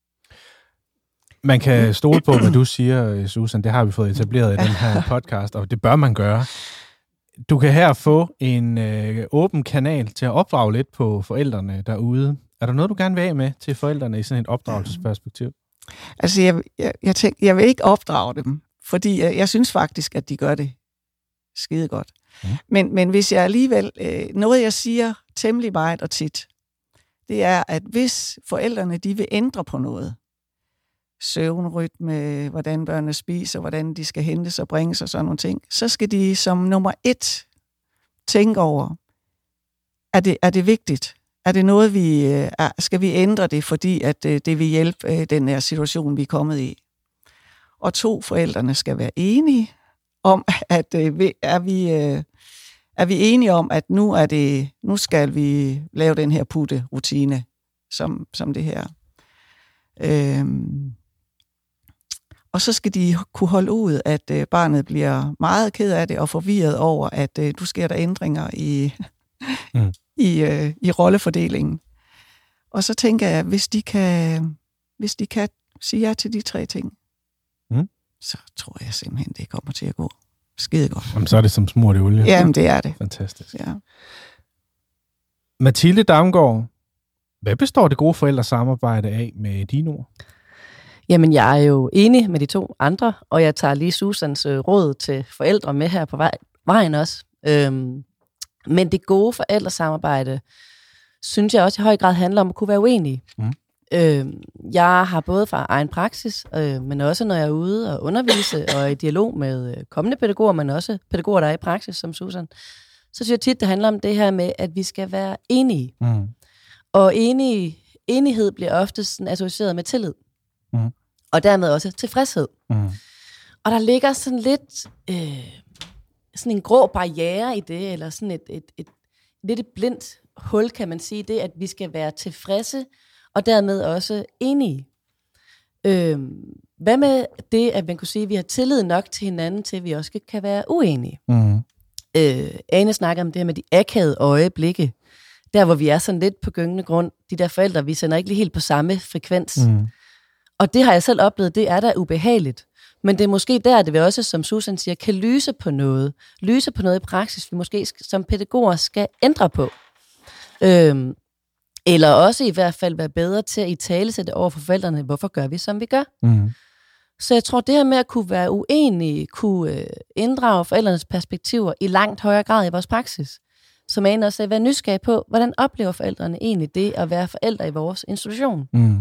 Man kan stole på, hvad du siger, Susan. Det har vi fået etableret i den her podcast, og det bør man gøre. Du kan her få en øh, åben kanal til at opdrage lidt på forældrene derude. Er der noget, du gerne vil have med til forældrene i sådan et opdragelsesperspektiv? Altså, jeg, jeg, jeg, tænker, jeg vil ikke opdrage dem, fordi jeg, jeg synes faktisk, at de gør det skide godt. Mm. Men, men hvis jeg alligevel... Øh, noget, jeg siger temmelig meget og tit, det er, at hvis forældrene de vil ændre på noget, søvnrytme, hvordan børnene spiser, hvordan de skal hentes og bringes og sådan nogle ting, så skal de som nummer et tænke over, er det, er det vigtigt? Er det noget, vi er, skal vi ændre det, fordi at det vil hjælpe den her situation, vi er kommet i? Og to, forældrene skal være enige om, at er vi, er vi enige om, at nu, er det, nu skal vi lave den her putte-rutine, som, som det her. Øhm, Og så skal de kunne holde ud, at øh, barnet bliver meget ked af det og forvirret over, at øh, du sker der ændringer i, mm. i, øh, i rollefordelingen. Og så tænker jeg, hvis de kan, hvis de kan sige ja til de tre ting, mm. så tror jeg simpelthen, det kommer til at gå skide godt. Jamen, så er det som smurt i olie. Jamen, det er det. Fantastisk. Ja. Mathilde Damgaard, hvad består det gode forældresamarbejde af med dine ord? Jamen, jeg er jo enig med de to andre, og jeg tager lige Susans øh, råd til forældre med her på vej, vejen også. Øhm, men det gode forældresamarbejde, synes jeg også i høj grad handler om at kunne være uenige. Mm. Øhm, jeg har både fra egen praksis, øh, men også når jeg er ude og undervise og i dialog med øh, kommende pædagoger, men også pædagoger, der er i praksis, som Susan, så synes jeg tit, det handler om det her med, at vi skal være enige. Mm. Og enige, enighed bliver ofte sådan associeret med tillid. Mm. Og dermed også tilfredshed. Mm. Og der ligger sådan lidt øh, sådan en grå barriere i det, eller sådan et, et, et, lidt et blindt hul, kan man sige, det, at vi skal være tilfredse, og dermed også enige. Øh, hvad med det, at man kunne sige, at vi har tillid nok til hinanden, til at vi også kan være uenige? Mm. Øh, Ane snakker om det her med de akavede øjeblikke, der hvor vi er sådan lidt på gyngende grund, de der forældre, vi sender ikke lige helt på samme frekvens. Mm. Og det har jeg selv oplevet, det er da ubehageligt. Men det er måske der, det vil også, som Susan siger, kan lyse på noget. Lyse på noget i praksis, vi måske som pædagoger skal ændre på. Øhm, eller også i hvert fald være bedre til at italesætte over for forældrene, hvorfor gør vi, som vi gør. Mm. Så jeg tror, det her med at kunne være uenige, kunne øh, inddrage forældrenes perspektiver i langt højere grad i vores praksis. Som Ane også at være nysgerrig på, hvordan oplever forældrene egentlig det at være forældre i vores institution. Mm.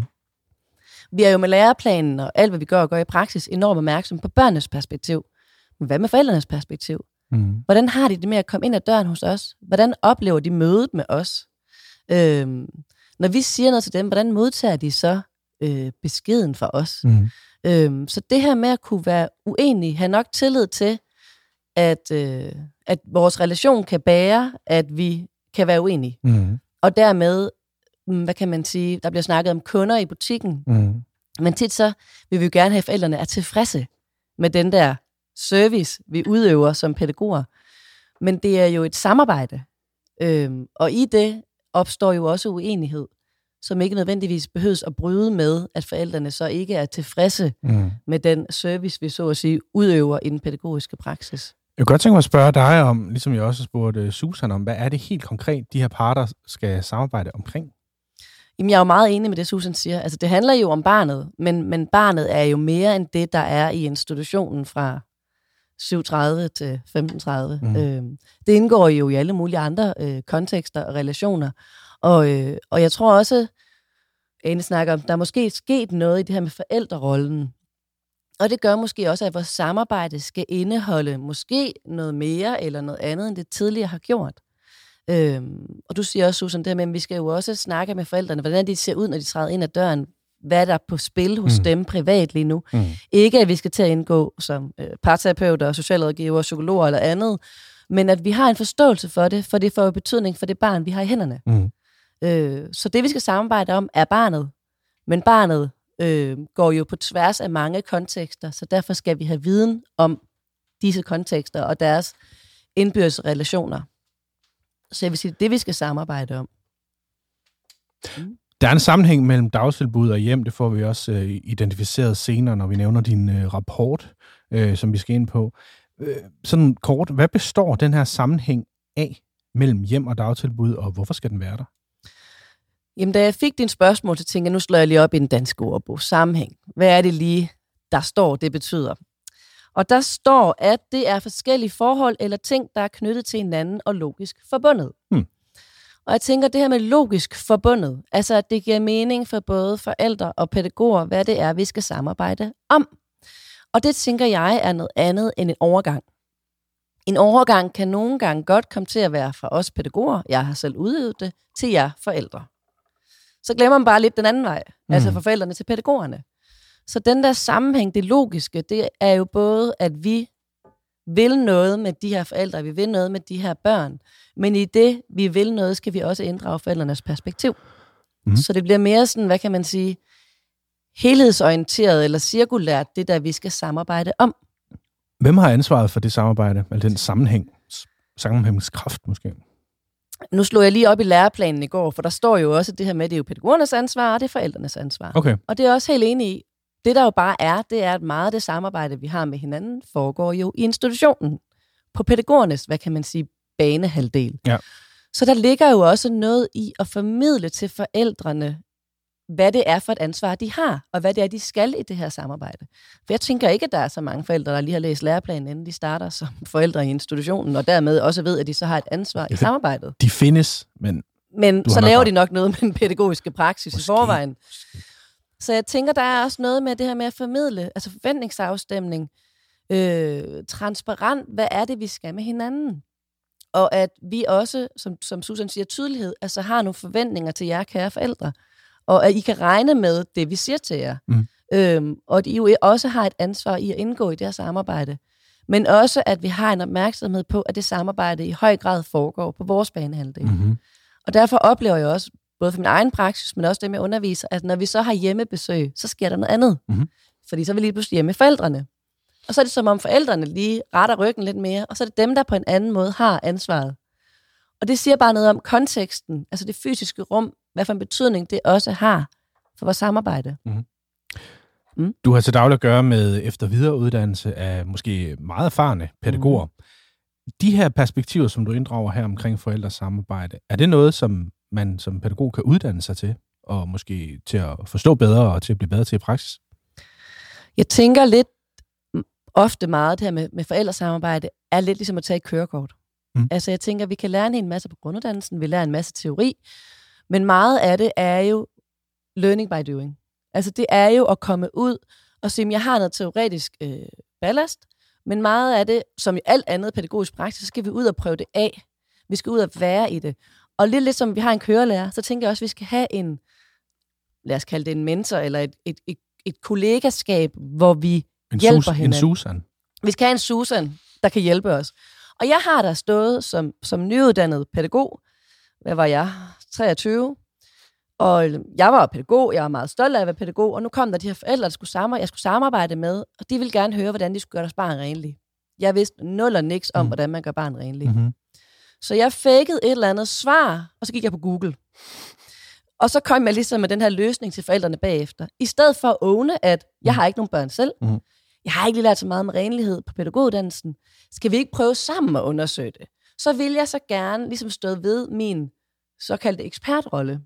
Vi er jo med læreplanen og alt, hvad vi gør og gør i praksis, enormt opmærksom på børnenes perspektiv. Men hvad med forældrenes perspektiv? Mm. Hvordan har de det med at komme ind ad døren hos os? Hvordan oplever de mødet med os? Øhm, når vi siger noget til dem, hvordan modtager de så øh, beskeden fra os? Mm. Øhm, så det her med at kunne være uenige, have nok tillid til, at, øh, at vores relation kan bære, at vi kan være uenige. Mm. Og dermed, hvad kan man sige, der bliver snakket om kunder i butikken. Mm. Men tit så vil vi jo gerne have, at forældrene er tilfredse med den der service, vi udøver som pædagoger. Men det er jo et samarbejde. Øhm, og i det opstår jo også uenighed, som ikke nødvendigvis behøves at bryde med, at forældrene så ikke er tilfredse mm. med den service, vi så at sige udøver i den pædagogiske praksis. Jeg kunne godt tænke mig at spørge dig om, ligesom jeg også spurgte Susan om, hvad er det helt konkret, de her parter skal samarbejde omkring? Jamen, jeg er jo meget enig med det, Susan siger. Altså, det handler jo om barnet, men, men barnet er jo mere end det, der er i institutionen fra syv tredive til femten tredive. Mm. Øh, det indgår jo i alle mulige andre øh, kontekster og relationer. Og, øh, og jeg tror også, Ane snakker om, der er måske sket noget i det her med forældrerollen. Og det gør måske også, at vores samarbejde skal indeholde måske noget mere eller noget andet, end det tidligere har gjort. Øhm, og du siger også, Susan, det her med, at vi skal jo også snakke med forældrene, hvordan de ser ud, når de træder ind ad døren. Hvad er der på spil hos mm. dem privat lige nu? Mm. Ikke, at vi skal til at indgå som øh, parterapeuter, socialrådgiver, psykologer eller andet, men at vi har en forståelse for det, for det får jo betydning for det barn, vi har i hænderne. Mm. Øh, så det, vi skal samarbejde om, er barnet. Men barnet øh, går jo på tværs af mange kontekster, så derfor skal vi have viden om disse kontekster og deres indbyrdes relationer. Så jeg vil sige, det er det, vi skal samarbejde om. Mm. Der er en sammenhæng mellem dagtilbud og hjem, det får vi også øh, identificeret senere, når vi nævner din øh, rapport, øh, som vi skal ind på. Øh, sådan kort, hvad består den her sammenhæng af mellem hjem og dagtilbud, og hvorfor skal den være der? Jamen, da jeg fik din spørgsmål, så tænkte jeg, nu slår jeg lige op i den danske ordbog. Sammenhæng. Hvad er det lige, der står, det betyder? Og der står, at det er forskellige forhold eller ting, der er knyttet til hinanden og logisk forbundet. Hmm. Og jeg tænker, det her med logisk forbundet, altså at det giver mening for både forældre og pædagoger, hvad det er, vi skal samarbejde om. Og det tænker jeg er noget andet end en overgang. En overgang kan nogle gange godt komme til at være fra os pædagoger, jeg har selv udøvet det, til jer forældre. Så glemmer man bare lidt den anden vej, mm. altså fra forældrene til pædagogerne. Så den der sammenhæng, det logiske, det er jo både, at vi vil noget med de her forældre, vi vil noget med de her børn, men i det, vi vil noget, skal vi også inddrage forældrenes perspektiv. Mm. Så det bliver mere sådan, hvad kan man sige, helhedsorienteret eller cirkulært, det der vi skal samarbejde om. Hvem har ansvaret for det samarbejde, eller den sammenhæng, sammenhængskraft måske? Nu slog jeg lige op i læreplanen i går, for der står jo også det her med, at det er jo pædagogernes ansvar, og det er forældrenes ansvar. Okay. Og det er også helt enig i. Det der jo bare er, det er, at meget af det samarbejde, vi har med hinanden, foregår jo i institutionen. På pædagogernes, hvad kan man sige, banehalvdel. Ja. Så der ligger jo også noget i at formidle til forældrene, hvad det er for et ansvar, de har, og hvad det er, de skal i det her samarbejde. For jeg tænker ikke, at der er så mange forældre, der lige har læst læreplanen, inden de starter som forældre i institutionen, og dermed også ved, at de så har et ansvar ja, i samarbejdet. De findes, men... Men så laver de nok noget med den pædagogiske praksis Måske. i forvejen. Så jeg tænker, der er også noget med det her med at formidle, altså forventningsafstemning, øh, transparent, hvad er det, vi skal med hinanden? Og at vi også, som, som Susan siger, tydelighed, altså har nogle forventninger til jer, kære forældre, og at I kan regne med det, vi siger til jer. Mm. Øhm, og at I jo også har et ansvar i at indgå i det her samarbejde. Men også, at vi har en opmærksomhed på, at det samarbejde i høj grad foregår på vores banehalvdel. Mm-hmm. Og derfor oplever jeg også, både for min egen praksis, men også det med underviser, at når vi så har hjemmebesøg, så sker der noget andet. Mm-hmm. Fordi så er vi lige pludselig hjemme med forældrene. Og så er det som om forældrene lige retter ryggen lidt mere, og så er det dem, der på en anden måde har ansvaret. Og det siger bare noget om konteksten, altså det fysiske rum, hvad for en betydning det også har for vores samarbejde. Mm-hmm. Mm. Du har til daglig at gøre med efter- og videreuddannelse af måske meget erfarne pædagoger. Mm. De her perspektiver, som du inddrager her omkring forældres samarbejde, er det noget, som man som pædagog kan uddanne sig til, og måske til at forstå bedre og til at blive bedre til i praksis? Jeg tænker lidt ofte meget, det her med, med forældresamarbejde, er lidt ligesom at tage et kørekort. Mm. Altså jeg tænker, vi kan lære en hel masse på grunduddannelsen, vi lærer en masse teori, men meget af det er jo learning by doing. Altså det er jo at komme ud og sige, at jeg har noget teoretisk øh, ballast, men meget af det, som i alt andet pædagogisk praksis, så skal vi ud og prøve det af. Vi skal ud og være i det. Og lidt ligesom vi har en kørelærer, så tænker jeg også, at vi skal have en, lad os kalde det en mentor, eller et, et, et, et kollegaskab, hvor vi en hjælper sus, hinanden. En Susan. Vi skal have en Susan, der kan hjælpe os. Og jeg har der stået som, som nyuddannet pædagog. Hvad var jeg? treogtyve. Og jeg var pædagog, jeg var meget stolt af at være pædagog, og nu kom der de her forældre, der skulle samarbejde, jeg skulle samarbejde med, og de ville gerne høre, hvordan de skulle gøre deres barn renlig. Jeg vidste nul og niks om, mm. hvordan man gør barn renlig. Mm-hmm. Så jeg fakede et eller andet svar, og så gik jeg på Google. Og så kom jeg ligesom med den her løsning til forældrene bagefter. I stedet for at åbne, at jeg har ikke nogen børn selv, mm. jeg har ikke lige lært så meget om renlighed på pædagoguddannelsen, skal vi ikke prøve sammen at undersøge det? Så vil jeg så gerne ligesom stå ved min såkaldte ekspertrolle.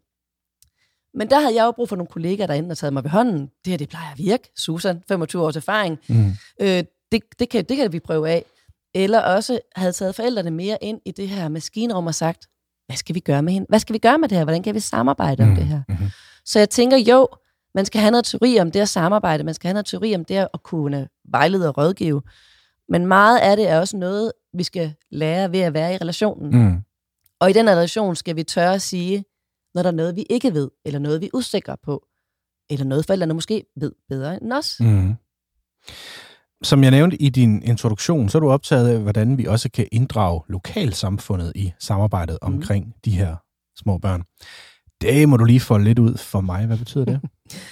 Men der havde jeg jo brug for nogle kollegaer derinde, der taget mig ved hånden. Det her, det plejer at virke. Susan, femogtyve års erfaring. Mm. Øh, det, det, kan, det kan vi prøve af. Eller også havde taget forældrene mere ind i det her maskinrum og sagt, hvad skal vi gøre med hende? Hvad skal vi gøre med det her? Hvordan kan vi samarbejde mm. om det her? Mm-hmm. Så jeg tænker, jo, man skal have noget teori om det at samarbejde. Man skal have noget teori om det at kunne vejlede og rådgive. Men meget af det er også noget, vi skal lære ved at være i relationen. Mm. Og i den relation skal vi tørre at sige, når der er noget, vi ikke ved, eller noget, vi er usikre på, eller noget, forældrene måske ved bedre end os. Mm. Som jeg nævnte i din introduktion, så er du optaget af, hvordan vi også kan inddrage lokalsamfundet i samarbejdet mm. omkring de her små børn. Det må du lige få lidt ud for mig. Hvad betyder det?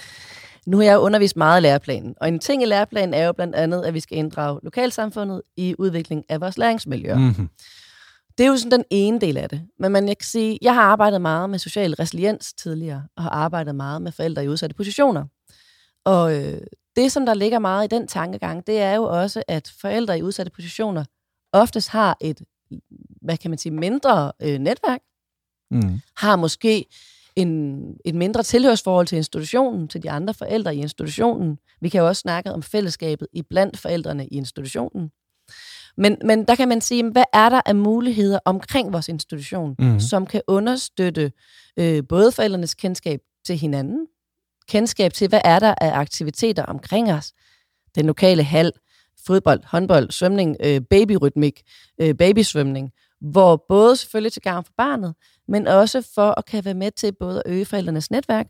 Nu har jeg undervist meget i læreplanen, og en ting i læreplanen er jo blandt andet, at vi skal inddrage lokalsamfundet i udvikling af vores læringsmiljøer. Mm-hmm. Det er jo sådan den ene del af det. Men man, jeg kan sige, jeg har arbejdet meget med social resiliens tidligere, og har arbejdet meget med forældre i udsatte positioner. Og øh, det, som der ligger meget i den tankegang, det er jo også, at forældre i udsatte positioner oftest har et, hvad kan man sige, mindre øh, netværk, mm. har måske en, et mindre tilhørsforhold til institutionen, til de andre forældre i institutionen. Vi kan jo også snakke om fællesskabet i blandt forældrene i institutionen. Men, men der kan man sige, hvad er der af muligheder omkring vores institution, mm. som kan understøtte øh, både forældrenes kendskab til hinanden, kendskab til, hvad er der af aktiviteter omkring os, den lokale hal, fodbold, håndbold, svømning, øh, babyrytmik, øh, babysvømning, hvor både selvfølgelig til gavn for barnet, men også for at kan være med til både at øge forældrenes netværk,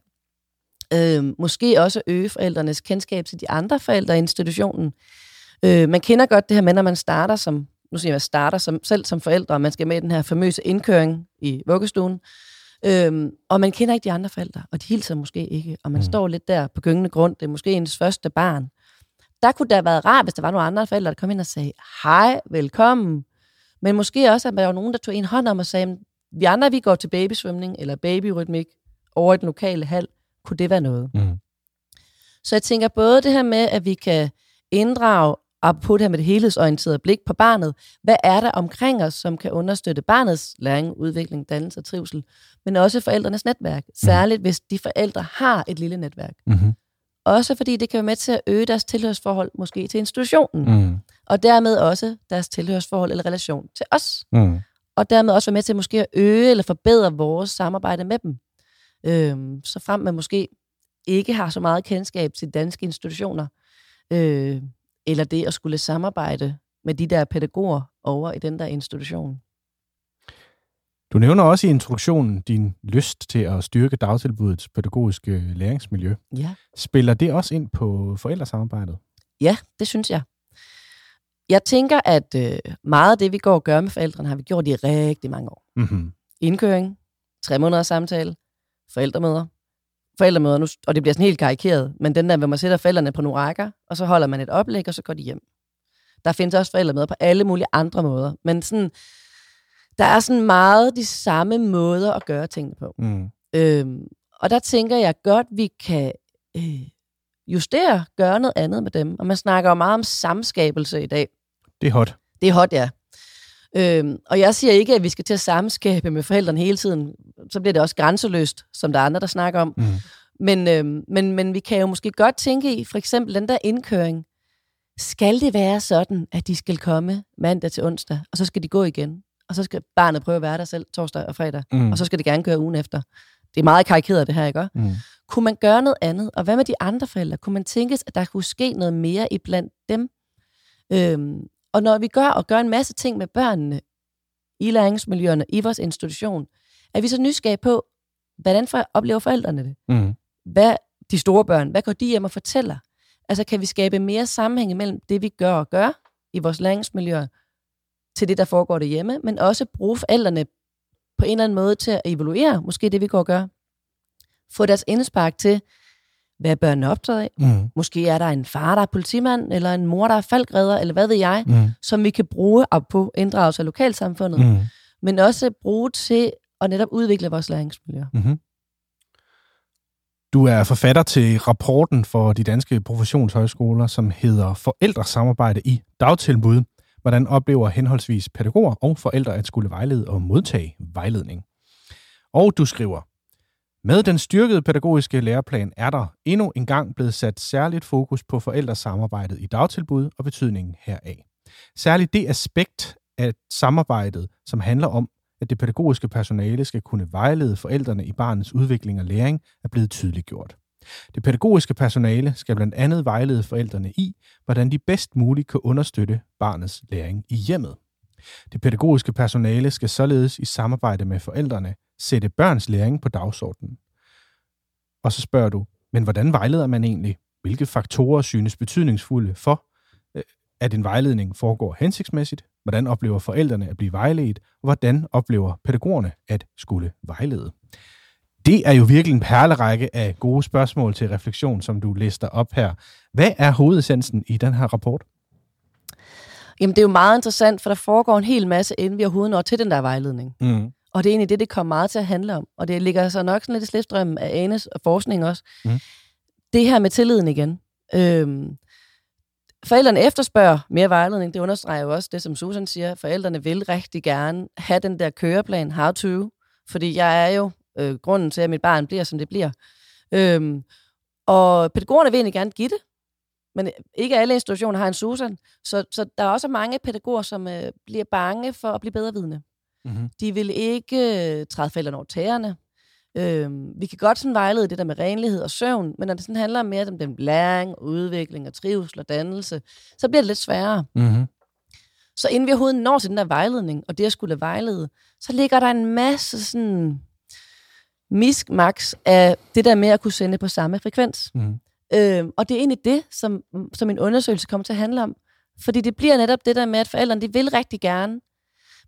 øh, måske også øge forældrenes kendskab til de andre forældre i institutionen. Øh, man kender godt det her med, når man starter som, nu siger jeg, starter som, selv som forældre, og man skal med i den her famøse indkøring i vuggestuen, Øhm, og man kender ikke de andre forældre, og de hilser måske ikke, og man mm. står lidt der på gyngende grund, det er måske ens første barn. Der kunne det have været rart, hvis der var nogle andre forældre, der kom ind og sagde, hej, velkommen. Men måske også, at der var nogen, der tog en hånd om og sagde, vi andre, vi går til babysvømning eller babyrytmik over i den lokale hal. Kunne det være noget? Mm. Så jeg tænker både det her med, at vi kan inddrage, apropos det her med det helhedsorienterede blik på barnet, hvad er der omkring os, som kan understøtte barnets læring, udvikling, dannelse og trivsel, men også forældrenes netværk, særligt mm. hvis de forældre har et lille netværk. Mm-hmm. Også fordi det kan være med til at øge deres tilhørsforhold måske til institutionen, mm. og dermed også deres tilhørsforhold eller relation til os. Mm. Og dermed også være med til måske at øge eller forbedre vores samarbejde med dem. Øhm, så frem man måske ikke har så meget kendskab til danske institutioner, øh, eller det at skulle samarbejde med de der pædagoger over i den der institution. Du nævner også i introduktionen din lyst til at styrke dagtilbudets pædagogiske læringsmiljø. Ja. Spiller det også ind på forældresamarbejdet? Ja, det synes jeg. Jeg tænker, at øh, meget af det, vi går og gør med forældrene, har vi gjort i rigtig mange år. Mm-hmm. Indkøring, tre måneder samtale, forældremøder, forældremøder nu, og det bliver sådan helt karikeret, men den der, hvor man sætter forældrene på nogle rækker, og så holder man et oplæg, og så går de hjem. Der findes også forældremøder på alle mulige andre måder, men sådan, der er sådan meget de samme måder at gøre tingene på. Mm. Øhm, og der tænker jeg godt, vi kan øh, justere, gøre noget andet med dem, og man snakker jo meget om samskabelse i dag. Det er hot. Det er hot, ja. Øhm, og jeg siger ikke, at vi skal til at samskabe med forældrene hele tiden. Så bliver det også grænseløst, som der er andre, der snakker om. Mm. Men, øhm, men, men vi kan jo måske godt tænke i, for eksempel den der indkøring. Skal det være sådan, at de skal komme mandag til onsdag, og så skal de gå igen? Og så skal barnet prøve at være der selv torsdag og fredag, mm. og så skal det gerne køre ugen efter. Det er meget karikeret, det her, ikke? Mm. Kunne man gøre noget andet? Og hvad med de andre forældre? Kunne man tænke, at der kunne ske noget mere iblandt dem? Øhm, Og når vi gør og gør en masse ting med børnene i læringsmiljøerne, i vores institution, er vi så nysgerrige på, hvordan for, oplever forældrene det? Mm. Hvad de store børn, hvad går de hjem og fortæller? Altså kan vi skabe mere sammenhæng mellem det, vi gør og gør i vores læringsmiljøer, til det, der foregår derhjemme, men også bruge forældrene på en eller anden måde til at evaluere, måske det, vi går og gør. Få deres indspark til, hvad er børnene optaget af? Mm. Måske er der en far, der er politimand, eller en mor, der er falkredder, eller hvad ved jeg, mm. som vi kan bruge op på inddragelse af lokalsamfundet, mm. men også bruge til at netop udvikle vores læringsmiljø. Mm-hmm. Du er forfatter til rapporten for de danske professionshøjskoler, som hedder Forældresamarbejde i dagtilbud. Hvordan oplever henholdsvis pædagoger og forældre at skulle vejlede og modtage vejledning? Og du skriver, med den styrkede pædagogiske læreplan er der endnu en gang blevet sat særligt fokus på forældresamarbejdet i dagtilbud og betydningen heraf. Særligt det aspekt af samarbejdet, som handler om, at det pædagogiske personale skal kunne vejlede forældrene i barnets udvikling og læring, er blevet tydeliggjort. Det pædagogiske personale skal blandt andet vejlede forældrene i, hvordan de bedst muligt kan understøtte barnets læring i hjemmet. Det pædagogiske personale skal således i samarbejde med forældrene sætte børns læring på dagsordenen. Og så spørger du, men hvordan vejleder man egentlig? Hvilke faktorer synes betydningsfulde for, at en vejledning foregår hensigtsmæssigt? Hvordan oplever forældrene at blive vejledt? Og hvordan oplever pædagogerne at skulle vejlede? Det er jo virkelig en perlerække af gode spørgsmål til refleksion, som du lister op her. Hvad er hovedessensen i den her rapport? Jamen, det er jo meget interessant, for der foregår en hel masse, inden vi overhovedet når til den der vejledning. Mm. Og det er egentlig det, det kommer meget til at handle om. Og det ligger så nok sådan lidt i slipstrømmen af Anes og forskning også. Mm. Det her med tilliden igen. Øhm, forældrene efterspørger mere vejledning. Det understreger jo også det, som Susan siger. Forældrene vil rigtig gerne have den der køreplan, how to. Fordi jeg er jo øh, grunden til, at mit barn bliver, som det bliver. Øhm, og pædagogerne vil egentlig gerne give det. Men ikke alle institutioner har en Susan. Så, så der er også mange pædagoger, som øh, bliver bange for at blive bedrevidende. Mm-hmm. De vil ikke øh, træde forældrene over tæerne. Øhm, vi kan godt sådan vejlede det der med renlighed og søvn, men når det sådan handler mere om den læring, udvikling og trivsel og dannelse, så bliver det lidt sværere. Mm-hmm. Så inden vi overhovedet når til den der vejledning, og det at skulle vejlede, så ligger der en masse sådan miskmaks af det der med at kunne sende på samme frekvens. Mm-hmm. Øhm, og det er egentlig det, som, som en undersøgelse kommer til at handle om. Fordi det bliver netop det der med, at forældrene de vil rigtig gerne,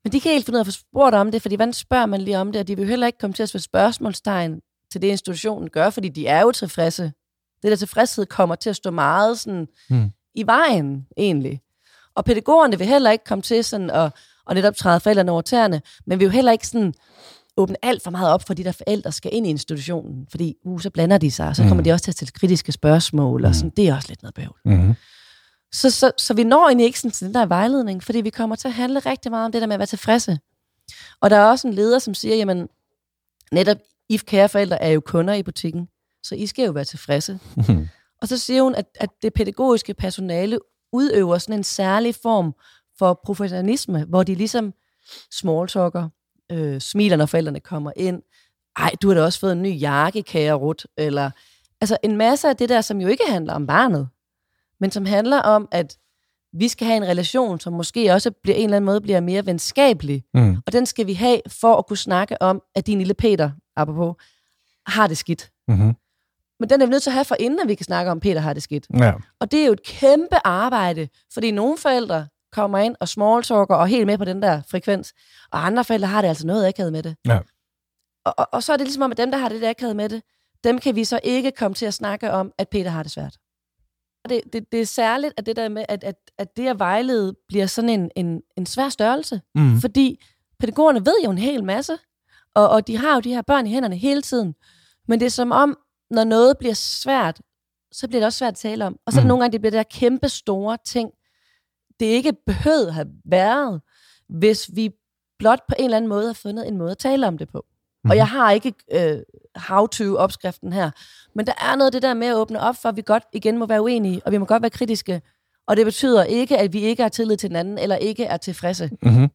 Men de kan helt finde ud af at få spurgt om det, fordi hvordan spørger man lige om det, og de vil heller ikke komme til at svare spørgsmålstegn til det, institutionen gør, fordi de er jo tilfredse. Det der tilfredshed kommer til at stå meget sådan hmm. i vejen, egentlig. Og pædagogerne vil heller ikke komme til sådan at, at netop træde forældrene over tæerne, men vil jo heller ikke sådan åbne alt for meget op for de der forældre skal ind i institutionen, fordi uh, så blander de sig, og så kommer mm. de også til at stille kritiske spørgsmål, mm. og sådan, det er også lidt noget bøvl. Mm. Så, så, så vi når egentlig ikke sådan til den der vejledning, fordi vi kommer til at handle rigtig meget om det der med at være tilfredse. Og der er også en leder, som siger, jamen, netop, I kære forældre er jo kunder i butikken, så I skal jo være tilfredse. Mm. Og så siger hun, at, at det pædagogiske personale udøver sådan en særlig form for professionalisme, hvor de ligesom smalltalker, øh, smiler, når forældrene kommer ind. Ej, du har da også fået en ny jakke, kære Ruth. Eller, altså en masse af det der, som jo ikke handler om barnet, men som handler om, at vi skal have en relation, som måske også bliver en eller anden måde bliver mere venskabelig. Mm. Og den skal vi have for at kunne snakke om, at din lille Peter, apropos, har det skidt. Mm-hmm. Men den er vi nødt til at have for inden, at vi kan snakke om, at Peter har det skidt. Ja. Og det er jo et kæmpe arbejde, fordi nogle forældre kommer ind og smalltalker og helt med på den der frekvens, og andre forældre har det altså noget akavet med det. Ja. Og, og, og så er det ligesom om, at dem, der har det der akavet med det, dem kan vi så ikke komme til at snakke om, at Peter har det svært. Det, det, det er særligt, at det der med, at, at, at det at vejlede bliver sådan en, en, en svær størrelse. Mm. Fordi pædagogerne ved jo en hel masse, og, og de har jo de her børn i hænderne hele tiden. Men det er som om, når noget bliver svært, så bliver det også svært at tale om. Og så mm. er det nogle gange, det bliver der kæmpe store ting, det ikke behøvede at have været, hvis vi blot på en eller anden måde har fundet en måde at tale om det på. Mm. Og jeg har ikke øh, how-to-opskriften her, men der er noget af det der med at åbne op for, at vi godt igen må være uenige, og vi må godt være kritiske, og det betyder ikke, at vi ikke har tillid til hinanden, eller ikke er tilfredse. Mm-hmm.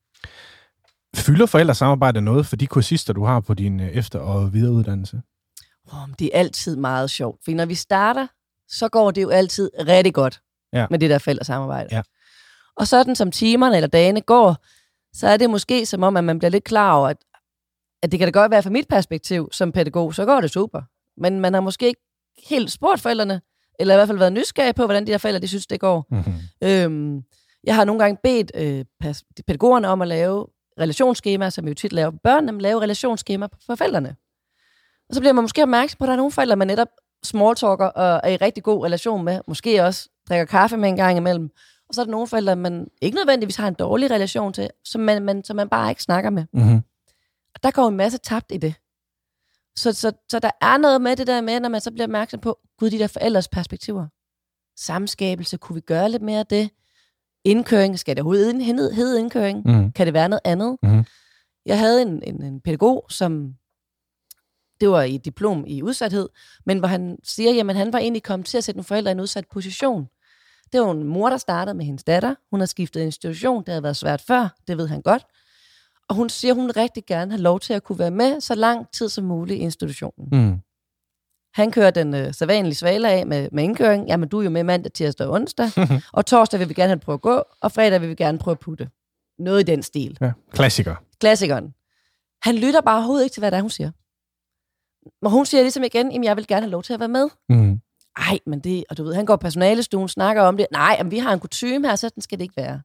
Fylder forældresamarbejde noget for de kursister, du har på din efter- og videreuddannelse? Oh, det er altid meget sjovt, for når vi starter, så går det jo altid rigtig godt. Ja. Med det der forældresamarbejde. Ja. Og sådan som timerne eller dagene går, så er det måske som om, at man bliver lidt klar over, at, at det kan da godt være fra mit perspektiv som pædagog, så går det super. Men man har måske ikke helt spurgt forældrene, eller i hvert fald været nysgerrig på, hvordan de her forældre de synes, det går. Mm-hmm. Øhm, jeg har nogle gange bedt øh, pædagogerne om at lave relationsskemaer, som vi jo tit laver på børnene, men lave relationsskemaer for forældrene. Og så bliver man måske opmærksom på, at der er nogle forældre, man netop smalltalker og er i rigtig god relation med, måske også drikker kaffe med en gang imellem. Og så er der nogle forældre, man ikke nødvendigvis har en dårlig relation til, som man, man, som man bare ikke snakker med. Mm-hmm. Og der går en masse tabt i det. Så, så, så der er noget med det der med, når man så bliver opmærksom på, gud, de der forældres perspektiver. Samskabelse, kunne vi gøre lidt mere af det? Indkøring, skal det overhovedet hedde indkøring? Mm-hmm. Kan det være noget andet? Mm-hmm. Jeg havde en, en, en pædagog, som det var i et diplom i udsathed, men hvor han siger, jamen han var egentlig kommet til at sætte nogle forældre i en udsat position. Det var en mor, der startede med hendes datter. Hun har skiftet institution. Det havde været svært før. Det ved han godt. Og hun siger, hun vil rigtig gerne have lov til at kunne være med så lang tid som muligt i institutionen. Mm. Han kører den øh, sædvanlige svale af med, med indkøring. Jamen, du er jo med mandag, tirsdag og onsdag. Og torsdag vil vi gerne have prøve at gå, og fredag vil vi gerne prøve at putte. Noget i den stil. Ja, klassiker. Klassikeren. Han lytter bare overhovedet ikke til, hvad det er, hun siger. Og hun siger ligesom igen, jamen, jeg vil gerne have lov til at være med. Mm. Ej, men det, og du ved, han går på personalestuen, snakker om det. Nej, jamen, vi har en kutyme her, så den skal det ikke være.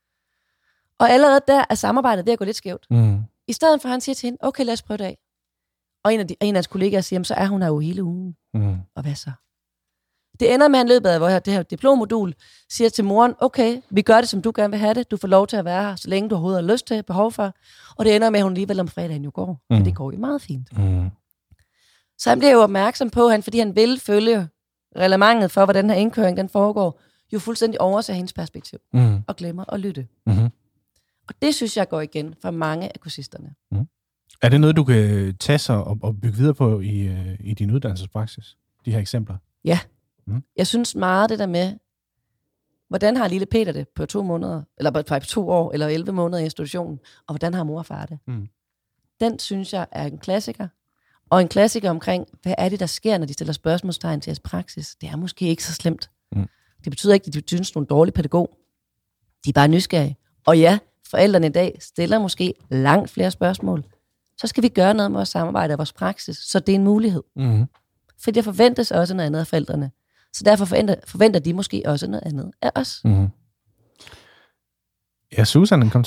Og allerede der er samarbejdet ved at gå lidt skævt. Mm. I stedet for, han siger til hende, okay, lad os prøve det af. Og en af, de, en af hans kollegaer siger, jamen, så er hun her jo hele ugen. Mm. Og hvad så? Det ender med, at han løbet af det her diplommodul, siger til moren, okay, vi gør det, som du gerne vil have det. Du får lov til at være her, så længe du overhovedet har lyst til, behov for. Og det ender med, at hun alligevel om fredagen jo går. Mm. Og det går jo meget fint. Mm. Så han bliver jo opmærksom på, han, fordi han vil følge reglementet for, hvordan den her indkøring den foregår, jo fuldstændig overser hendes perspektiv. Mm. Og glemmer at lytte. Mm-hmm. Og det synes jeg går igen for mange af kursisterne. Mm. Er det noget, du kan tage sig og, og bygge videre på i, i din uddannelsespraksis? De her eksempler? Ja. Mm. Jeg synes meget det der med, hvordan har lille Peter det på to måneder, eller på to år, eller elleve måneder i institutionen, og hvordan har mor og far det? Mm. Den synes jeg er en klassiker. Og en klassiker omkring, hvad er det, der sker, når de stiller spørgsmålstegn til jeres praksis? Det er måske ikke så slemt. Mm. Det betyder ikke, at de synes, du er en dårlig pædagog. De er bare nysgerrige. Og ja, forældrene i dag stiller måske langt flere spørgsmål. Så skal vi gøre noget med vores samarbejde og vores praksis, så det er en mulighed. Mm. For der forventes også noget andet af forældrene. Så derfor forventer, forventer de måske også noget andet af os. Mm. Ja, Susan, en kommentar?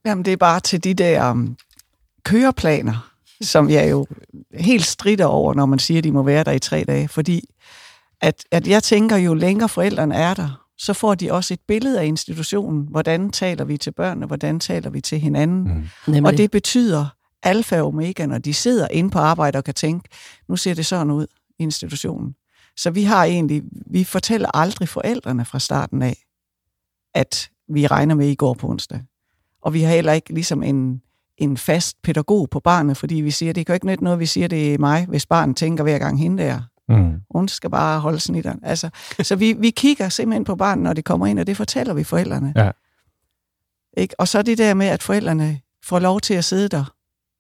Jamen, det er bare til de der um, køreplaner, som jeg jo helt stritter over, når man siger, at de må være der i tre dage. Fordi at, at jeg tænker, jo længere forældrene er der, så får de også et billede af institutionen. Hvordan taler vi til børnene? Hvordan taler vi til hinanden? Mm. Og det betyder alfa og omega, når de sidder inde på arbejde og kan tænke, nu ser det sådan ud i institutionen. Så vi har egentlig, vi fortæller aldrig forældrene fra starten af, at vi regner med, at I går på onsdag. Og vi har heller ikke ligesom en, en fast pædagog på barnet, fordi vi siger, det kan jo ikke nytte noget, vi siger, det er mig, hvis barnet tænker hver gang hende der. Mm. Hun skal bare holde snitteren. Altså, så vi, vi kigger simpelthen på barnet, når det kommer ind, og det fortæller vi forældrene. Ja. Ikke? Og så det der med, at forældrene får lov til at sidde der.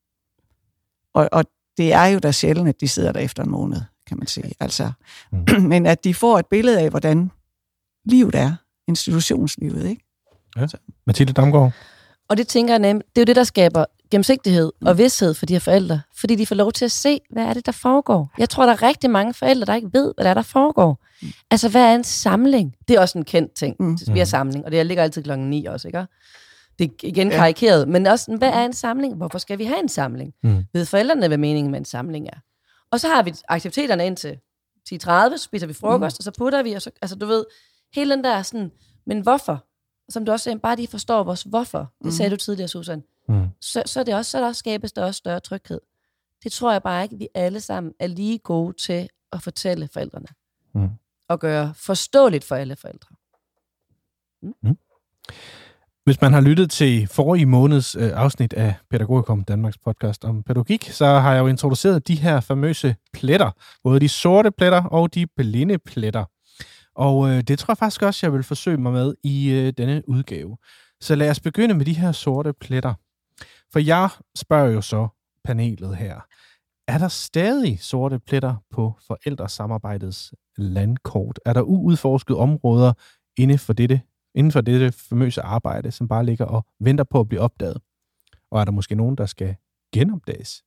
Og, og det er jo da sjældent, at de sidder der efter en måned, kan man sige. Altså, mm. Men at de får et billede af, hvordan livet er. Institutionslivet, ikke? Ja. Mathilde Damgaard. Og det tænker jeg nemt, det er jo det, der skaber gennemsigtighed og vidsthed for de her forældre, fordi de får lov til at se, hvad er det, der foregår. Jeg tror, der er rigtig mange forældre, der ikke ved, hvad der, er, der foregår. Mm. Altså, hvad er en samling? Det er også en kendt ting. Mm. Vi har samling, og det ligger altid klokken ni også, ikke? Det er igen karikeret, ja. Men også, hvad er en samling? Hvorfor skal vi have en samling? Mm. Ved forældrene, hvad meningen med en samling er? Og så har vi aktiviteterne indtil ti tredive, så spiser vi frokost, mm. og så putter vi, og så, altså du ved, hele den der sådan, men hvorfor? Som du også sagde, bare de forstår vores hvorfor. Det sagde mm. du tidligere, Susan. Mm. Så, så, er det også, så der skabes der også større tryghed. Det tror jeg bare ikke, vi alle sammen er lige gode til at fortælle forældrene. Mm. Og gøre forståeligt for alle forældre. Mm. Mm. Hvis man har lyttet til forrige måneds øh, afsnit af Pædagogikum, Danmarks podcast om pædagogik, så har jeg jo introduceret de her famøse pletter. Både de sorte pletter og de blinde pletter. Og øh, det tror jeg faktisk også, jeg vil forsøge mig med i øh, denne udgave. Så lad os begynde med de her sorte pletter. For jeg spørger jo så panelet her. Er der stadig sorte pletter på forældresamarbejdets landkort? Er der uudforskede områder inden for dette, inden for dette famøse arbejde, som bare ligger og venter på at blive opdaget? Og er der måske nogen, der skal genopdages?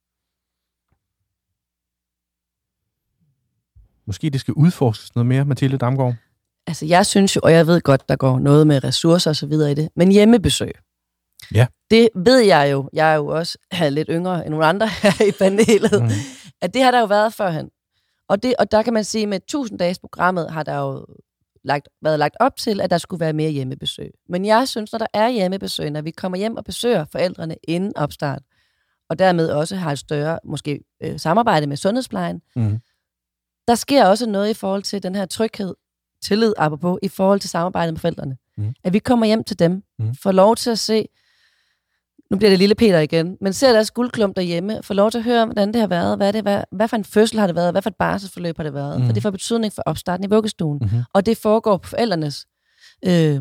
Måske det skal udforskes noget mere, Mathilde Damgaard? Altså, jeg synes jo, og jeg ved godt, der går noget med ressourcer og så videre i det, men hjemmebesøg. Ja. Det ved jeg jo. Jeg er jo også er lidt yngre end nogle andre her i panelet, mm. at det har der jo været førhen. Og, det, og der kan man sige, at med tusind-dages-programmet har der jo lagt, været lagt op til, at der skulle være mere hjemmebesøg. Men jeg synes, når der er hjemmebesøg, når vi kommer hjem og besøger forældrene inden opstart, og dermed også har et større måske øh, samarbejde med sundhedsplejen, mm. der sker også noget i forhold til den her tryghed, tillid, apropos, i forhold til samarbejdet med forældrene. Mm. At vi kommer hjem til dem, mm. får lov til at se, nu bliver det lille Peter igen, men ser deres guldklump derhjemme, får lov til at høre, hvordan det har været, hvad, det, hvad, hvad for en fødsel har det været, hvad for et barselsforløb har det været, mm. for det får betydning for opstarten i vuggestuen. Mm-hmm. Og det foregår på forældrenes øh,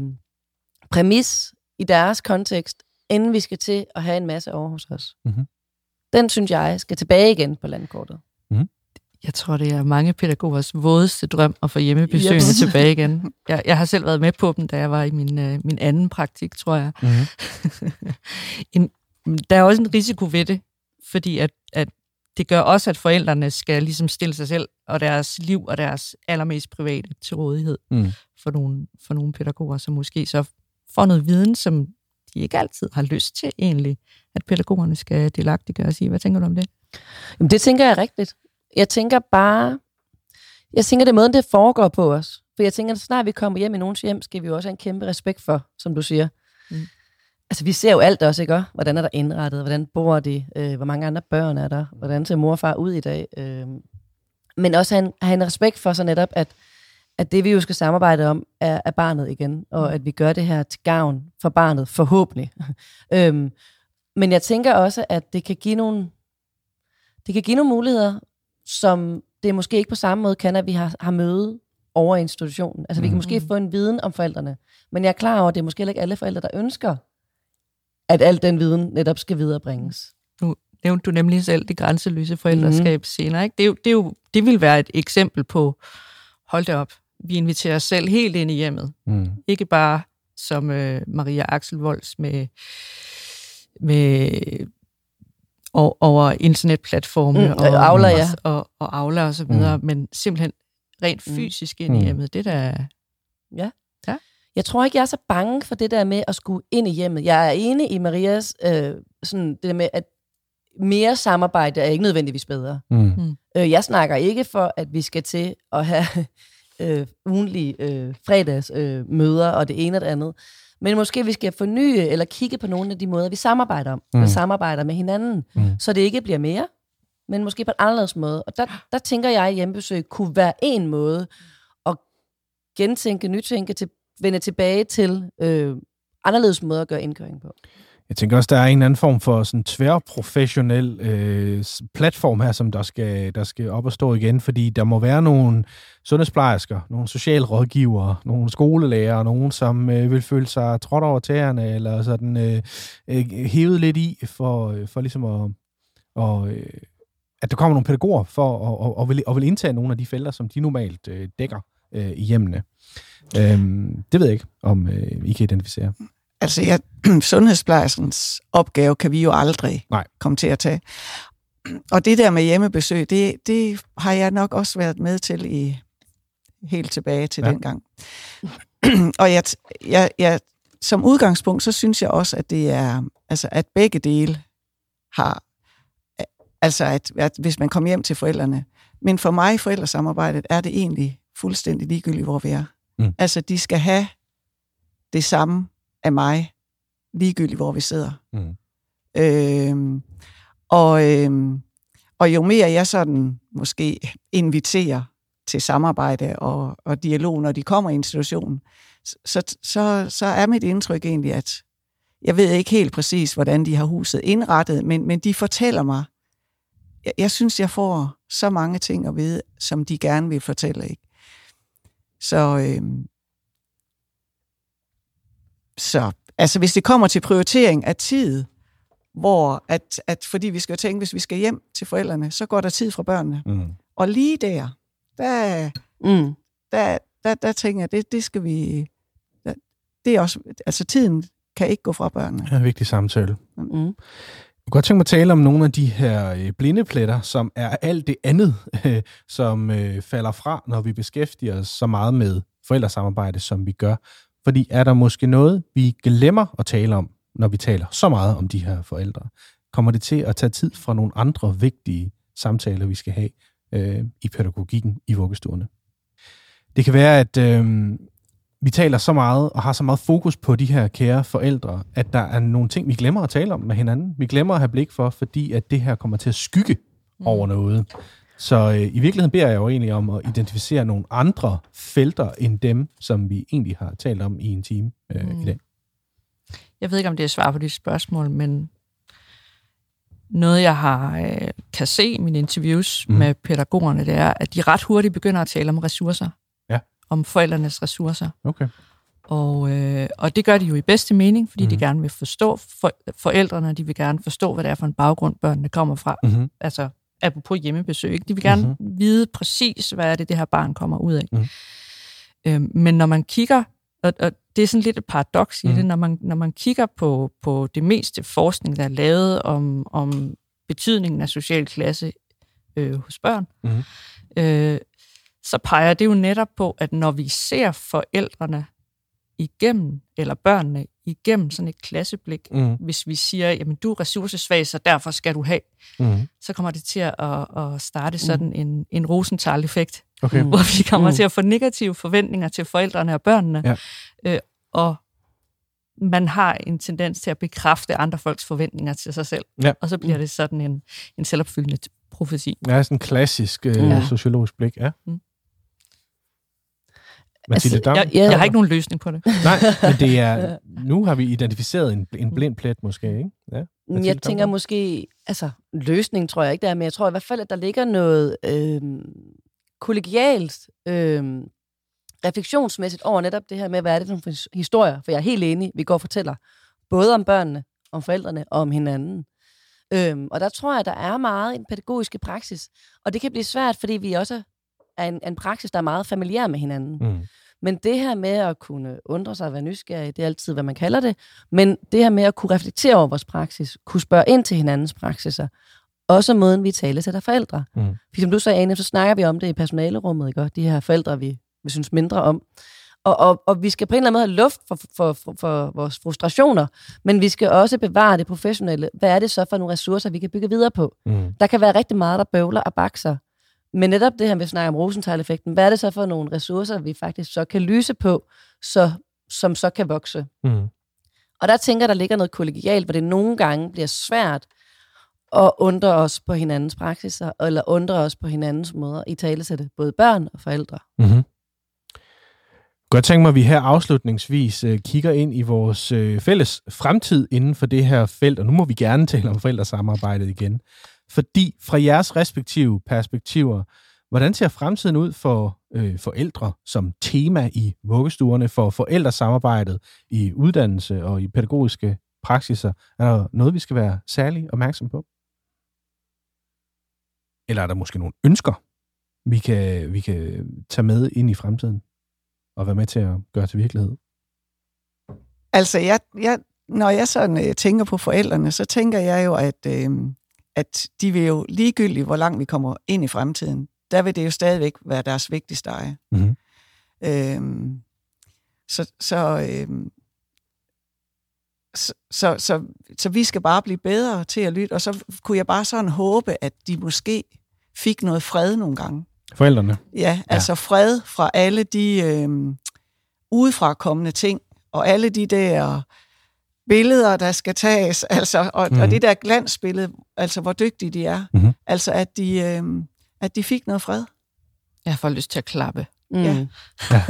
præmis i deres kontekst, inden vi skal til at have en masse over hos os. Mm-hmm. Den, synes jeg, skal tilbage igen på landkortet. Mm. Jeg tror, det er mange pædagogers vådeste drøm at få hjemmebesøgende yes. tilbage igen. Jeg, jeg har selv været med på dem, da jeg var i min, øh, min anden praktik, tror jeg. Mm-hmm. en, der er også en risiko ved det, fordi at, at det gør også, at forældrene skal ligesom stille sig selv og deres liv og deres allermest private til rådighed mm. for, nogle, for nogle pædagoger, som måske så får noget viden, som de ikke altid har lyst til egentlig, at pædagogerne skal delagtiggøres i. Hvad tænker du om det? Jamen, det tænker jeg rigtigt. Jeg tænker bare, jeg tænker, det er måden, det foregår på os. For jeg tænker, at snart vi kommer hjem i nogens hjem, skal vi jo også have en kæmpe respekt for, som du siger. Mm. Altså, vi ser jo alt også, ikke? Hvordan er der indrettet? Hvordan bor de? Øh, hvor mange andre børn er der? Hvordan ser mor og far ud i dag? Øh, men også have en, have en respekt for så netop, at, at det, vi jo skal samarbejde om, er, er barnet igen. Og at vi gør det her til gavn for barnet, forhåbentlig. øh, men jeg tænker også, at det kan give nogle, det kan give nogle muligheder, som det måske ikke på samme måde kan, at vi har, har møde over institutionen. Altså, vi kan måske få en viden om forældrene, men jeg er klar over, at det er måske ikke alle forældre, der ønsker, at al den viden netop skal viderebringes. Nu nævnte du nemlig selv det grænseløse forældreskab mm. senere, ikke? Det, er jo, det, er jo, det vil være et eksempel på, hold det op, vi inviterer os selv helt ind i hjemmet. Mm. Ikke bare som øh, Maria Axelvolds med... med Og, over internetplatforme mm, og, og Aula, ja. og, og Aula og så videre, mm. men simpelthen rent fysisk ind i hjemmet. Det der... Ja. ja. Jeg tror ikke, jeg er så bange for det der med at skulle ind i hjemmet. Jeg er enig i Marias, øh, sådan det der med, at mere samarbejde er ikke nødvendigvis bedre. Mm. Mm. Øh, jeg snakker ikke for, at vi skal til at have øh, ugenlige øh, fredagsmøder øh, og det ene og det andet. Men måske vi skal forny eller kigge på nogle af de måder, vi samarbejder om. Mm. Vi samarbejder med hinanden, mm. så det ikke bliver mere, men måske på en anderledes måde. Og der, der tænker jeg, at hjemmebesøg kunne være en måde at gentænke, nytænke, til, vende tilbage til øh, anderledes måder at gøre indkøring på. Jeg tænker også, der er en anden form for sådan tværprofessionel øh, platform her, som der skal, der skal op og stå igen, fordi der må være nogle sundhedsplejersker, nogle socialrådgivere, nogle skolelærer, nogen, som øh, vil føle sig trådt over tæerne, eller sådan øh, øh, hævet lidt i, for, for ligesom at, og, øh, at der kommer nogle pædagoger for at og, og vil, og vil indtage nogle af de felter, som de normalt øh, dækker øh, i hjemmene. Øh, det ved jeg ikke, om øh, I kan identificere. Altså, ja, sundhedsplejerskens opgave kan vi jo aldrig Nej. komme til at tage. Og det der med hjemmebesøg, det, det har jeg nok også været med til i helt tilbage til ja. dengang. Og jeg, jeg, jeg, som udgangspunkt, så synes jeg også, at det er, altså, at begge dele har, altså, at, at hvis man kommer hjem til forældrene. Men for mig, forældresamarbejdet, er det egentlig fuldstændig ligegyldigt, hvor vi er. Mm. Altså, de skal have det samme af mig, ligegyldigt hvor vi sidder. Mm. Øhm, og, øhm, og jo mere jeg sådan måske inviterer til samarbejde og, og dialog, når de kommer i institutionen, så, så, så er mit indtryk egentlig, at jeg ved ikke helt præcis, hvordan de har huset indrettet, men, men de fortæller mig, jeg, jeg synes, jeg får så mange ting at vide, som de gerne vil fortælle, ikke? Så øhm, Så altså, hvis det kommer til prioritering af tid, hvor at, at fordi vi skal tænke, hvis vi skal hjem til forældrene, så går der tid fra børnene. Mm. Og lige der, der, mm. der, der, der tænker jeg, det, det skal vi, der, det er også, altså tiden kan ikke gå fra børnene. Det er en vigtig samtale. Mm. Jeg kunne godt tænke mig at tale om nogle af de her blindepletter, som er alt det andet, som falder fra, når vi beskæftiger os så meget med forældresamarbejde, som vi gør. Fordi er der måske noget, vi glemmer at tale om, når vi taler så meget om de her forældre? Kommer det til at tage tid fra nogle andre vigtige samtaler, vi skal have øh, i pædagogikken i vuggestuerne? Det kan være, at øh, vi taler så meget og har så meget fokus på de her kære forældre, at der er nogle ting, vi glemmer at tale om med hinanden. Vi glemmer at have blik for, fordi at det her kommer til at skygge mm. over noget. Så øh, i virkeligheden beder jeg jo egentlig om at identificere nogle andre felter end dem, som vi egentlig har talt om i en time øh, mm. i dag. Jeg ved ikke, om det er svar på de spørgsmål, men noget, jeg har øh, kan se i mine interviews mm. med pædagogerne, det er, at de ret hurtigt begynder at tale om ressourcer. Ja. Om forældrenes ressourcer. Okay. Og, øh, og det gør de jo i bedste mening, fordi mm. de gerne vil forstå for, forældrene, de vil gerne forstå, hvad det er for en baggrund, børnene kommer fra. Mm-hmm. Altså, apropos hjemmebesøg. Ikke? De vil gerne mm-hmm. vide præcis, hvad er det, det her barn kommer ud af. Mm. Øhm, men når man kigger, og, og det er sådan lidt et paradoks i mm. det, når man, når man kigger på, på det meste forskning, der er lavet om, om betydningen af social klasse øh, hos børn, mm. øh, så peger det jo netop på, at når vi ser forældrene igennem, eller børnene igennem sådan et klasseblik, mm. hvis vi siger, jamen du er ressourcesvag, så derfor skal du have, mm. så kommer det til at, at starte sådan mm. en, en Rosenthal-effekt, okay. hvor vi kommer mm. til at få negative forventninger til forældrene og børnene, ja. øh, og man har en tendens til at bekræfte andre folks forventninger til sig selv, ja. Og så bliver det sådan en, en selvopfyldende profeti. Ja, sådan en klassisk øh, ja. sociologisk blik, ja. Mm. Altså, jeg, jeg, jeg har ikke nogen løsning på det. Nej, men det er, nu har vi identificeret en, en blind plet måske, ikke? Ja, jeg tænker måske, altså løsning tror jeg ikke, der er, men jeg tror i hvert fald, at der ligger noget øh, kollegialt, øh, refleksionsmæssigt over netop det her med, hvad er det for nogle historier? For jeg er helt enig, vi går og fortæller både om børnene, om forældrene og om hinanden. Øh, og der tror jeg, der er meget i den pædagogiske praksis, og det kan blive svært, fordi vi også er en, en praksis, der er meget familiær med hinanden. Mm. Men det her med at kunne undre sig og være nysgerrig, det er altid, hvad man kalder det. Men det her med at kunne reflektere over vores praksis, kunne spørge ind til hinandens praksiser, også måden, vi talesætter forældre. Mm. For som du sagde, Ane, så snakker vi om det i personalerummet, ikke? De her forældre, vi, vi synes mindre om. Og, og, og vi skal på en eller anden måde have luft for, for, for, for vores frustrationer, men vi skal også bevare det professionelle. Hvad er det så for nogle ressourcer, vi kan bygge videre på? Mm. Der kan være rigtig meget, der bøvler og bakser. Men netop det her, vi snakker om Rosenthal-effekten, hvad er det så for nogle ressourcer, vi faktisk så kan lyse på, så, som så kan vokse? Mm. Og der tænker der ligger noget kollegialt, hvor det nogle gange bliver svært at undre os på hinandens praksiser, eller undre os på hinandens måder i talesætte, både børn og forældre. Mm-hmm. Godt tænke mig, at vi her afslutningsvis øh, kigger ind i vores øh, fælles fremtid inden for det her felt, og nu må vi gerne tale om forældresamarbejdet igen. Fordi fra jeres respektive perspektiver, hvordan ser fremtiden ud for øh, forældre som tema i vuggestuerne, for forældresamarbejdet i uddannelse og i pædagogiske praksiser? Er der noget, vi skal være særlig opmærksom på? Eller er der måske nogle ønsker, vi kan, vi kan tage med ind i fremtiden og være med til at gøre til virkelighed? Altså, jeg, jeg, når jeg sådan øh, tænker på forældrene, så tænker jeg jo, at, øh, at de vil jo ligegyldigt, hvor langt vi kommer ind i fremtiden, der vil det jo stadigvæk være deres vigtigste eje. Mm-hmm. Øhm, så, så, øhm, så, så, så, så vi skal bare blive bedre til at lytte, og så kunne jeg bare sådan håbe, at de måske fik noget fred nogle gange. Forældrene? Ja, altså ja. Fred fra alle de øhm, udefra kommende ting, og alle de der billeder, der skal tages, altså, og, mm-hmm. og det der glansbillede, altså hvor dygtige de er. Mm-hmm. Altså at de, øhm, at de fik noget fred. Jeg får lyst til at klappe. Mm. Ja. Ja.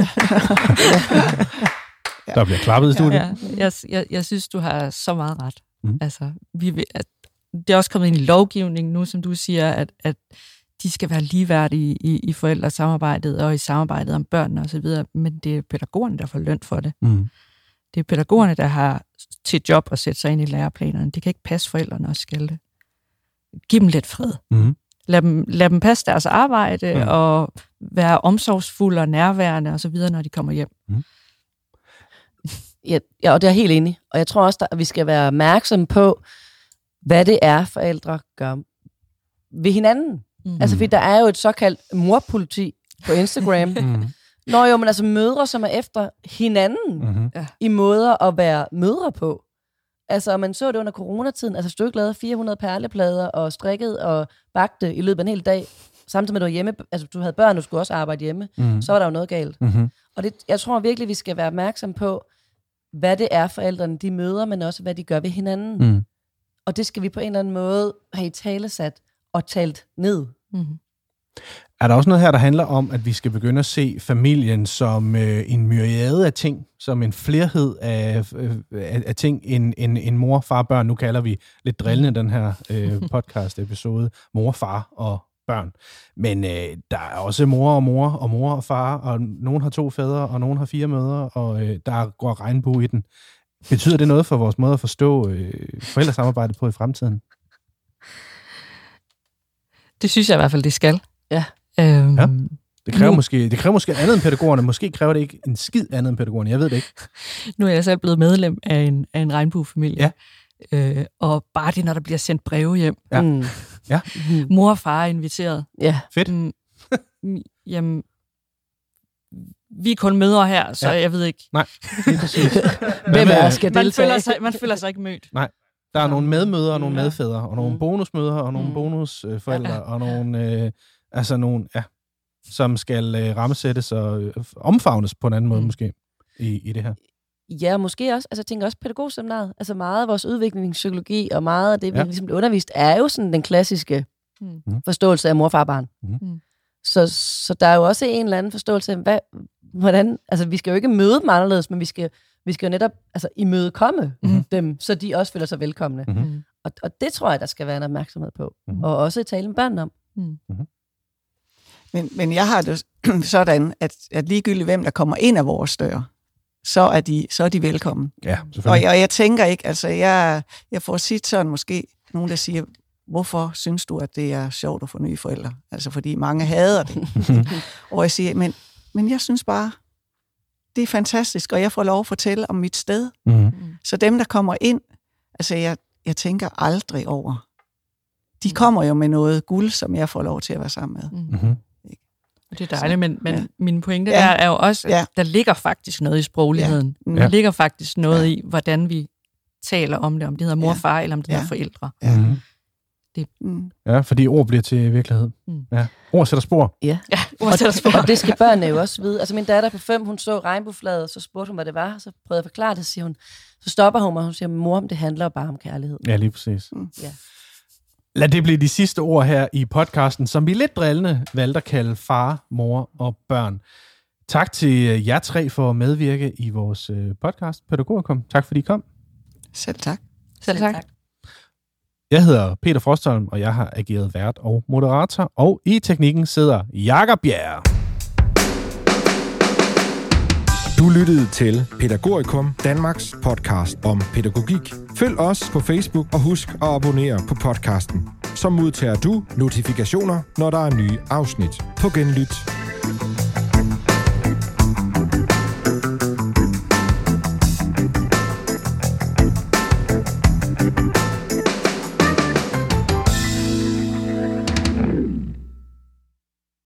Der bliver klappet i studiet. Ja, jeg, jeg, jeg synes, du har så meget ret. Mm. Altså, vi vil, at det er også kommet ind i lovgivningen nu, som du siger, at, at de skal være ligeværdige i, i forældresamarbejdet og i samarbejdet om børnene og så videre, men det er pædagogerne, der får løn for det. Mm. Det er pædagogerne, der har til job at sætte sig ind i læreplanerne. Det kan ikke passe forældrene og skal det. Giv dem lidt fred. Mm. Lad dem, lad dem passe deres arbejde mm. og være omsorgsfulde og nærværende og så videre, når de kommer hjem. Mm. Ja, ja, og det er jeg helt enig. Og jeg tror også, at vi skal være opmærksomme på, hvad det er, forældre gør ved hinanden. Mm. Altså, fordi der er jo et såkaldt morpoliti på Instagram. Mm. Nå jo, men altså mødre, som er efter hinanden mm-hmm. i måder at være mødre på. Altså, man så det under coronatiden. Altså, stykke lavede fire hundrede perleplader og strikket og bagte i løbet af en hel dag. Samtidig med, at du var hjemme, altså du havde børn, du skulle også arbejde hjemme. Mm. Så var der jo noget galt. Mm-hmm. Og det, jeg tror virkelig, vi skal være opmærksom på, hvad det er, forældrene de møder, men også hvad de gør ved hinanden. Mm. Og det skal vi på en eller anden måde have i talesat og talt ned. Mm. Er der også noget her, der handler om, at vi skal begynde at se familien som øh, en myriade af ting, som en flerhed af, øh, af, af ting, en, en, en mor, far, børn. Nu kalder vi lidt drillende den her øh, podcast-episode mor, far og børn. Men øh, der er også mor og mor og mor og far, og nogen har to fædre, og nogen har fire mødre, og øh, der går regnbue i den. Betyder det noget for vores måde at forstå øh, forældresamarbejdet på i fremtiden? Det synes jeg i hvert fald, det skal. Ja. Øhm, ja. Det kræver, nu, måske, det kræver måske andet end pædagogerne. Måske kræver det ikke en skid andet end pædagogerne. Jeg ved det ikke. Nu er jeg selv blevet medlem af en, af en regnbuefamilie. Ja. Øh, og bare det, når der bliver sendt breve hjem. Ja. Mm. Ja. Mor og far er inviteret. Ja. Fedt. Mm, jamen, vi er kun mødre her, så ja. Jeg ved ikke. Nej, det er præcis. Hvem er skal man føler, sig, man føler sig ikke mødt. Nej. Der er nogle medmødre og nogle ja. medfædre, og nogle mm. bonusmødre og nogle mm. bonusforældre, ja. og nogle, øh, altså nogle, ja, som skal øh, rammesættes og øh, omfavnes på en anden måde mm. måske i, i det her. Ja, måske også, altså jeg tænker også pædagogseminaret, altså meget af vores udviklingspsykologi og meget af det, vi ja. ligesom bliver undervist, er jo sådan den klassiske mm. forståelse af mor, far, barn. Mm. Så, så der er jo også en eller anden forståelse af, hvad, hvordan, altså vi skal jo ikke møde dem anderledes, men vi skal Vi skal jo netop altså, imødekomme mm-hmm. dem, så de også føler sig velkomne. Mm-hmm. Og, og det tror jeg, der skal være en opmærksomhed på. Mm-hmm. Og også tale med børn om. Mm-hmm. Men, men jeg har det sådan, at, at ligegyldigt hvem, der kommer ind af vores dør, så er de, så er de velkommen. Ja, og, og jeg tænker ikke, altså jeg, jeg får sit sådan måske nogen, der siger, hvorfor synes du, at det er sjovt at få nye forældre? Altså fordi mange hader det. Og jeg siger, men, men jeg synes bare, det er fantastisk, og jeg får lov at fortælle om mit sted. Mm. Så dem, der kommer ind, altså jeg, jeg tænker aldrig over. De kommer jo med noget guld, som jeg får lov til at være sammen med. Mm-hmm. Det er dejligt, men, men Ja. min pointe Ja. der er jo også, at Ja. der ligger faktisk noget i sprogligheden. Ja. Mm. Der ligger faktisk noget i, hvordan vi taler om det, om det hedder mor og far, eller om det Ja. hedder forældre. Ja. Mm. Det. Mm. Ja, fordi ord bliver til virkelighed. Mm. Ja. Ord sætter spor. Ja. Ja, Og, og det skal børnene jo også vide. Altså min datter på fem, hun så regnbueflaget, så spurgte hun, hvad det var. Så prøvede jeg at forklare det, siger hun. Så stopper hun mig, og hun siger, mor, det handler jo bare om kærlighed. Ja, lige præcis. Mm. Ja. Lad det blive de sidste ord her i podcasten, som vi lidt drillende valgte at kalde far, mor og børn. Tak til jer tre for at medvirke i vores podcast, Pædagogikum. Tak fordi I kom. Selv tak. Selv tak. Jeg hedder Peter Frostholm, og jeg har ageret vært og moderator, og i teknikken sidder Jakob Bjerre. Du lyttede til Pædagogikum, Danmarks podcast om pædagogik. Følg os på Facebook og husk at abonnere på podcasten. Så modtager du notifikationer, når der er nye afsnit. På genlyt.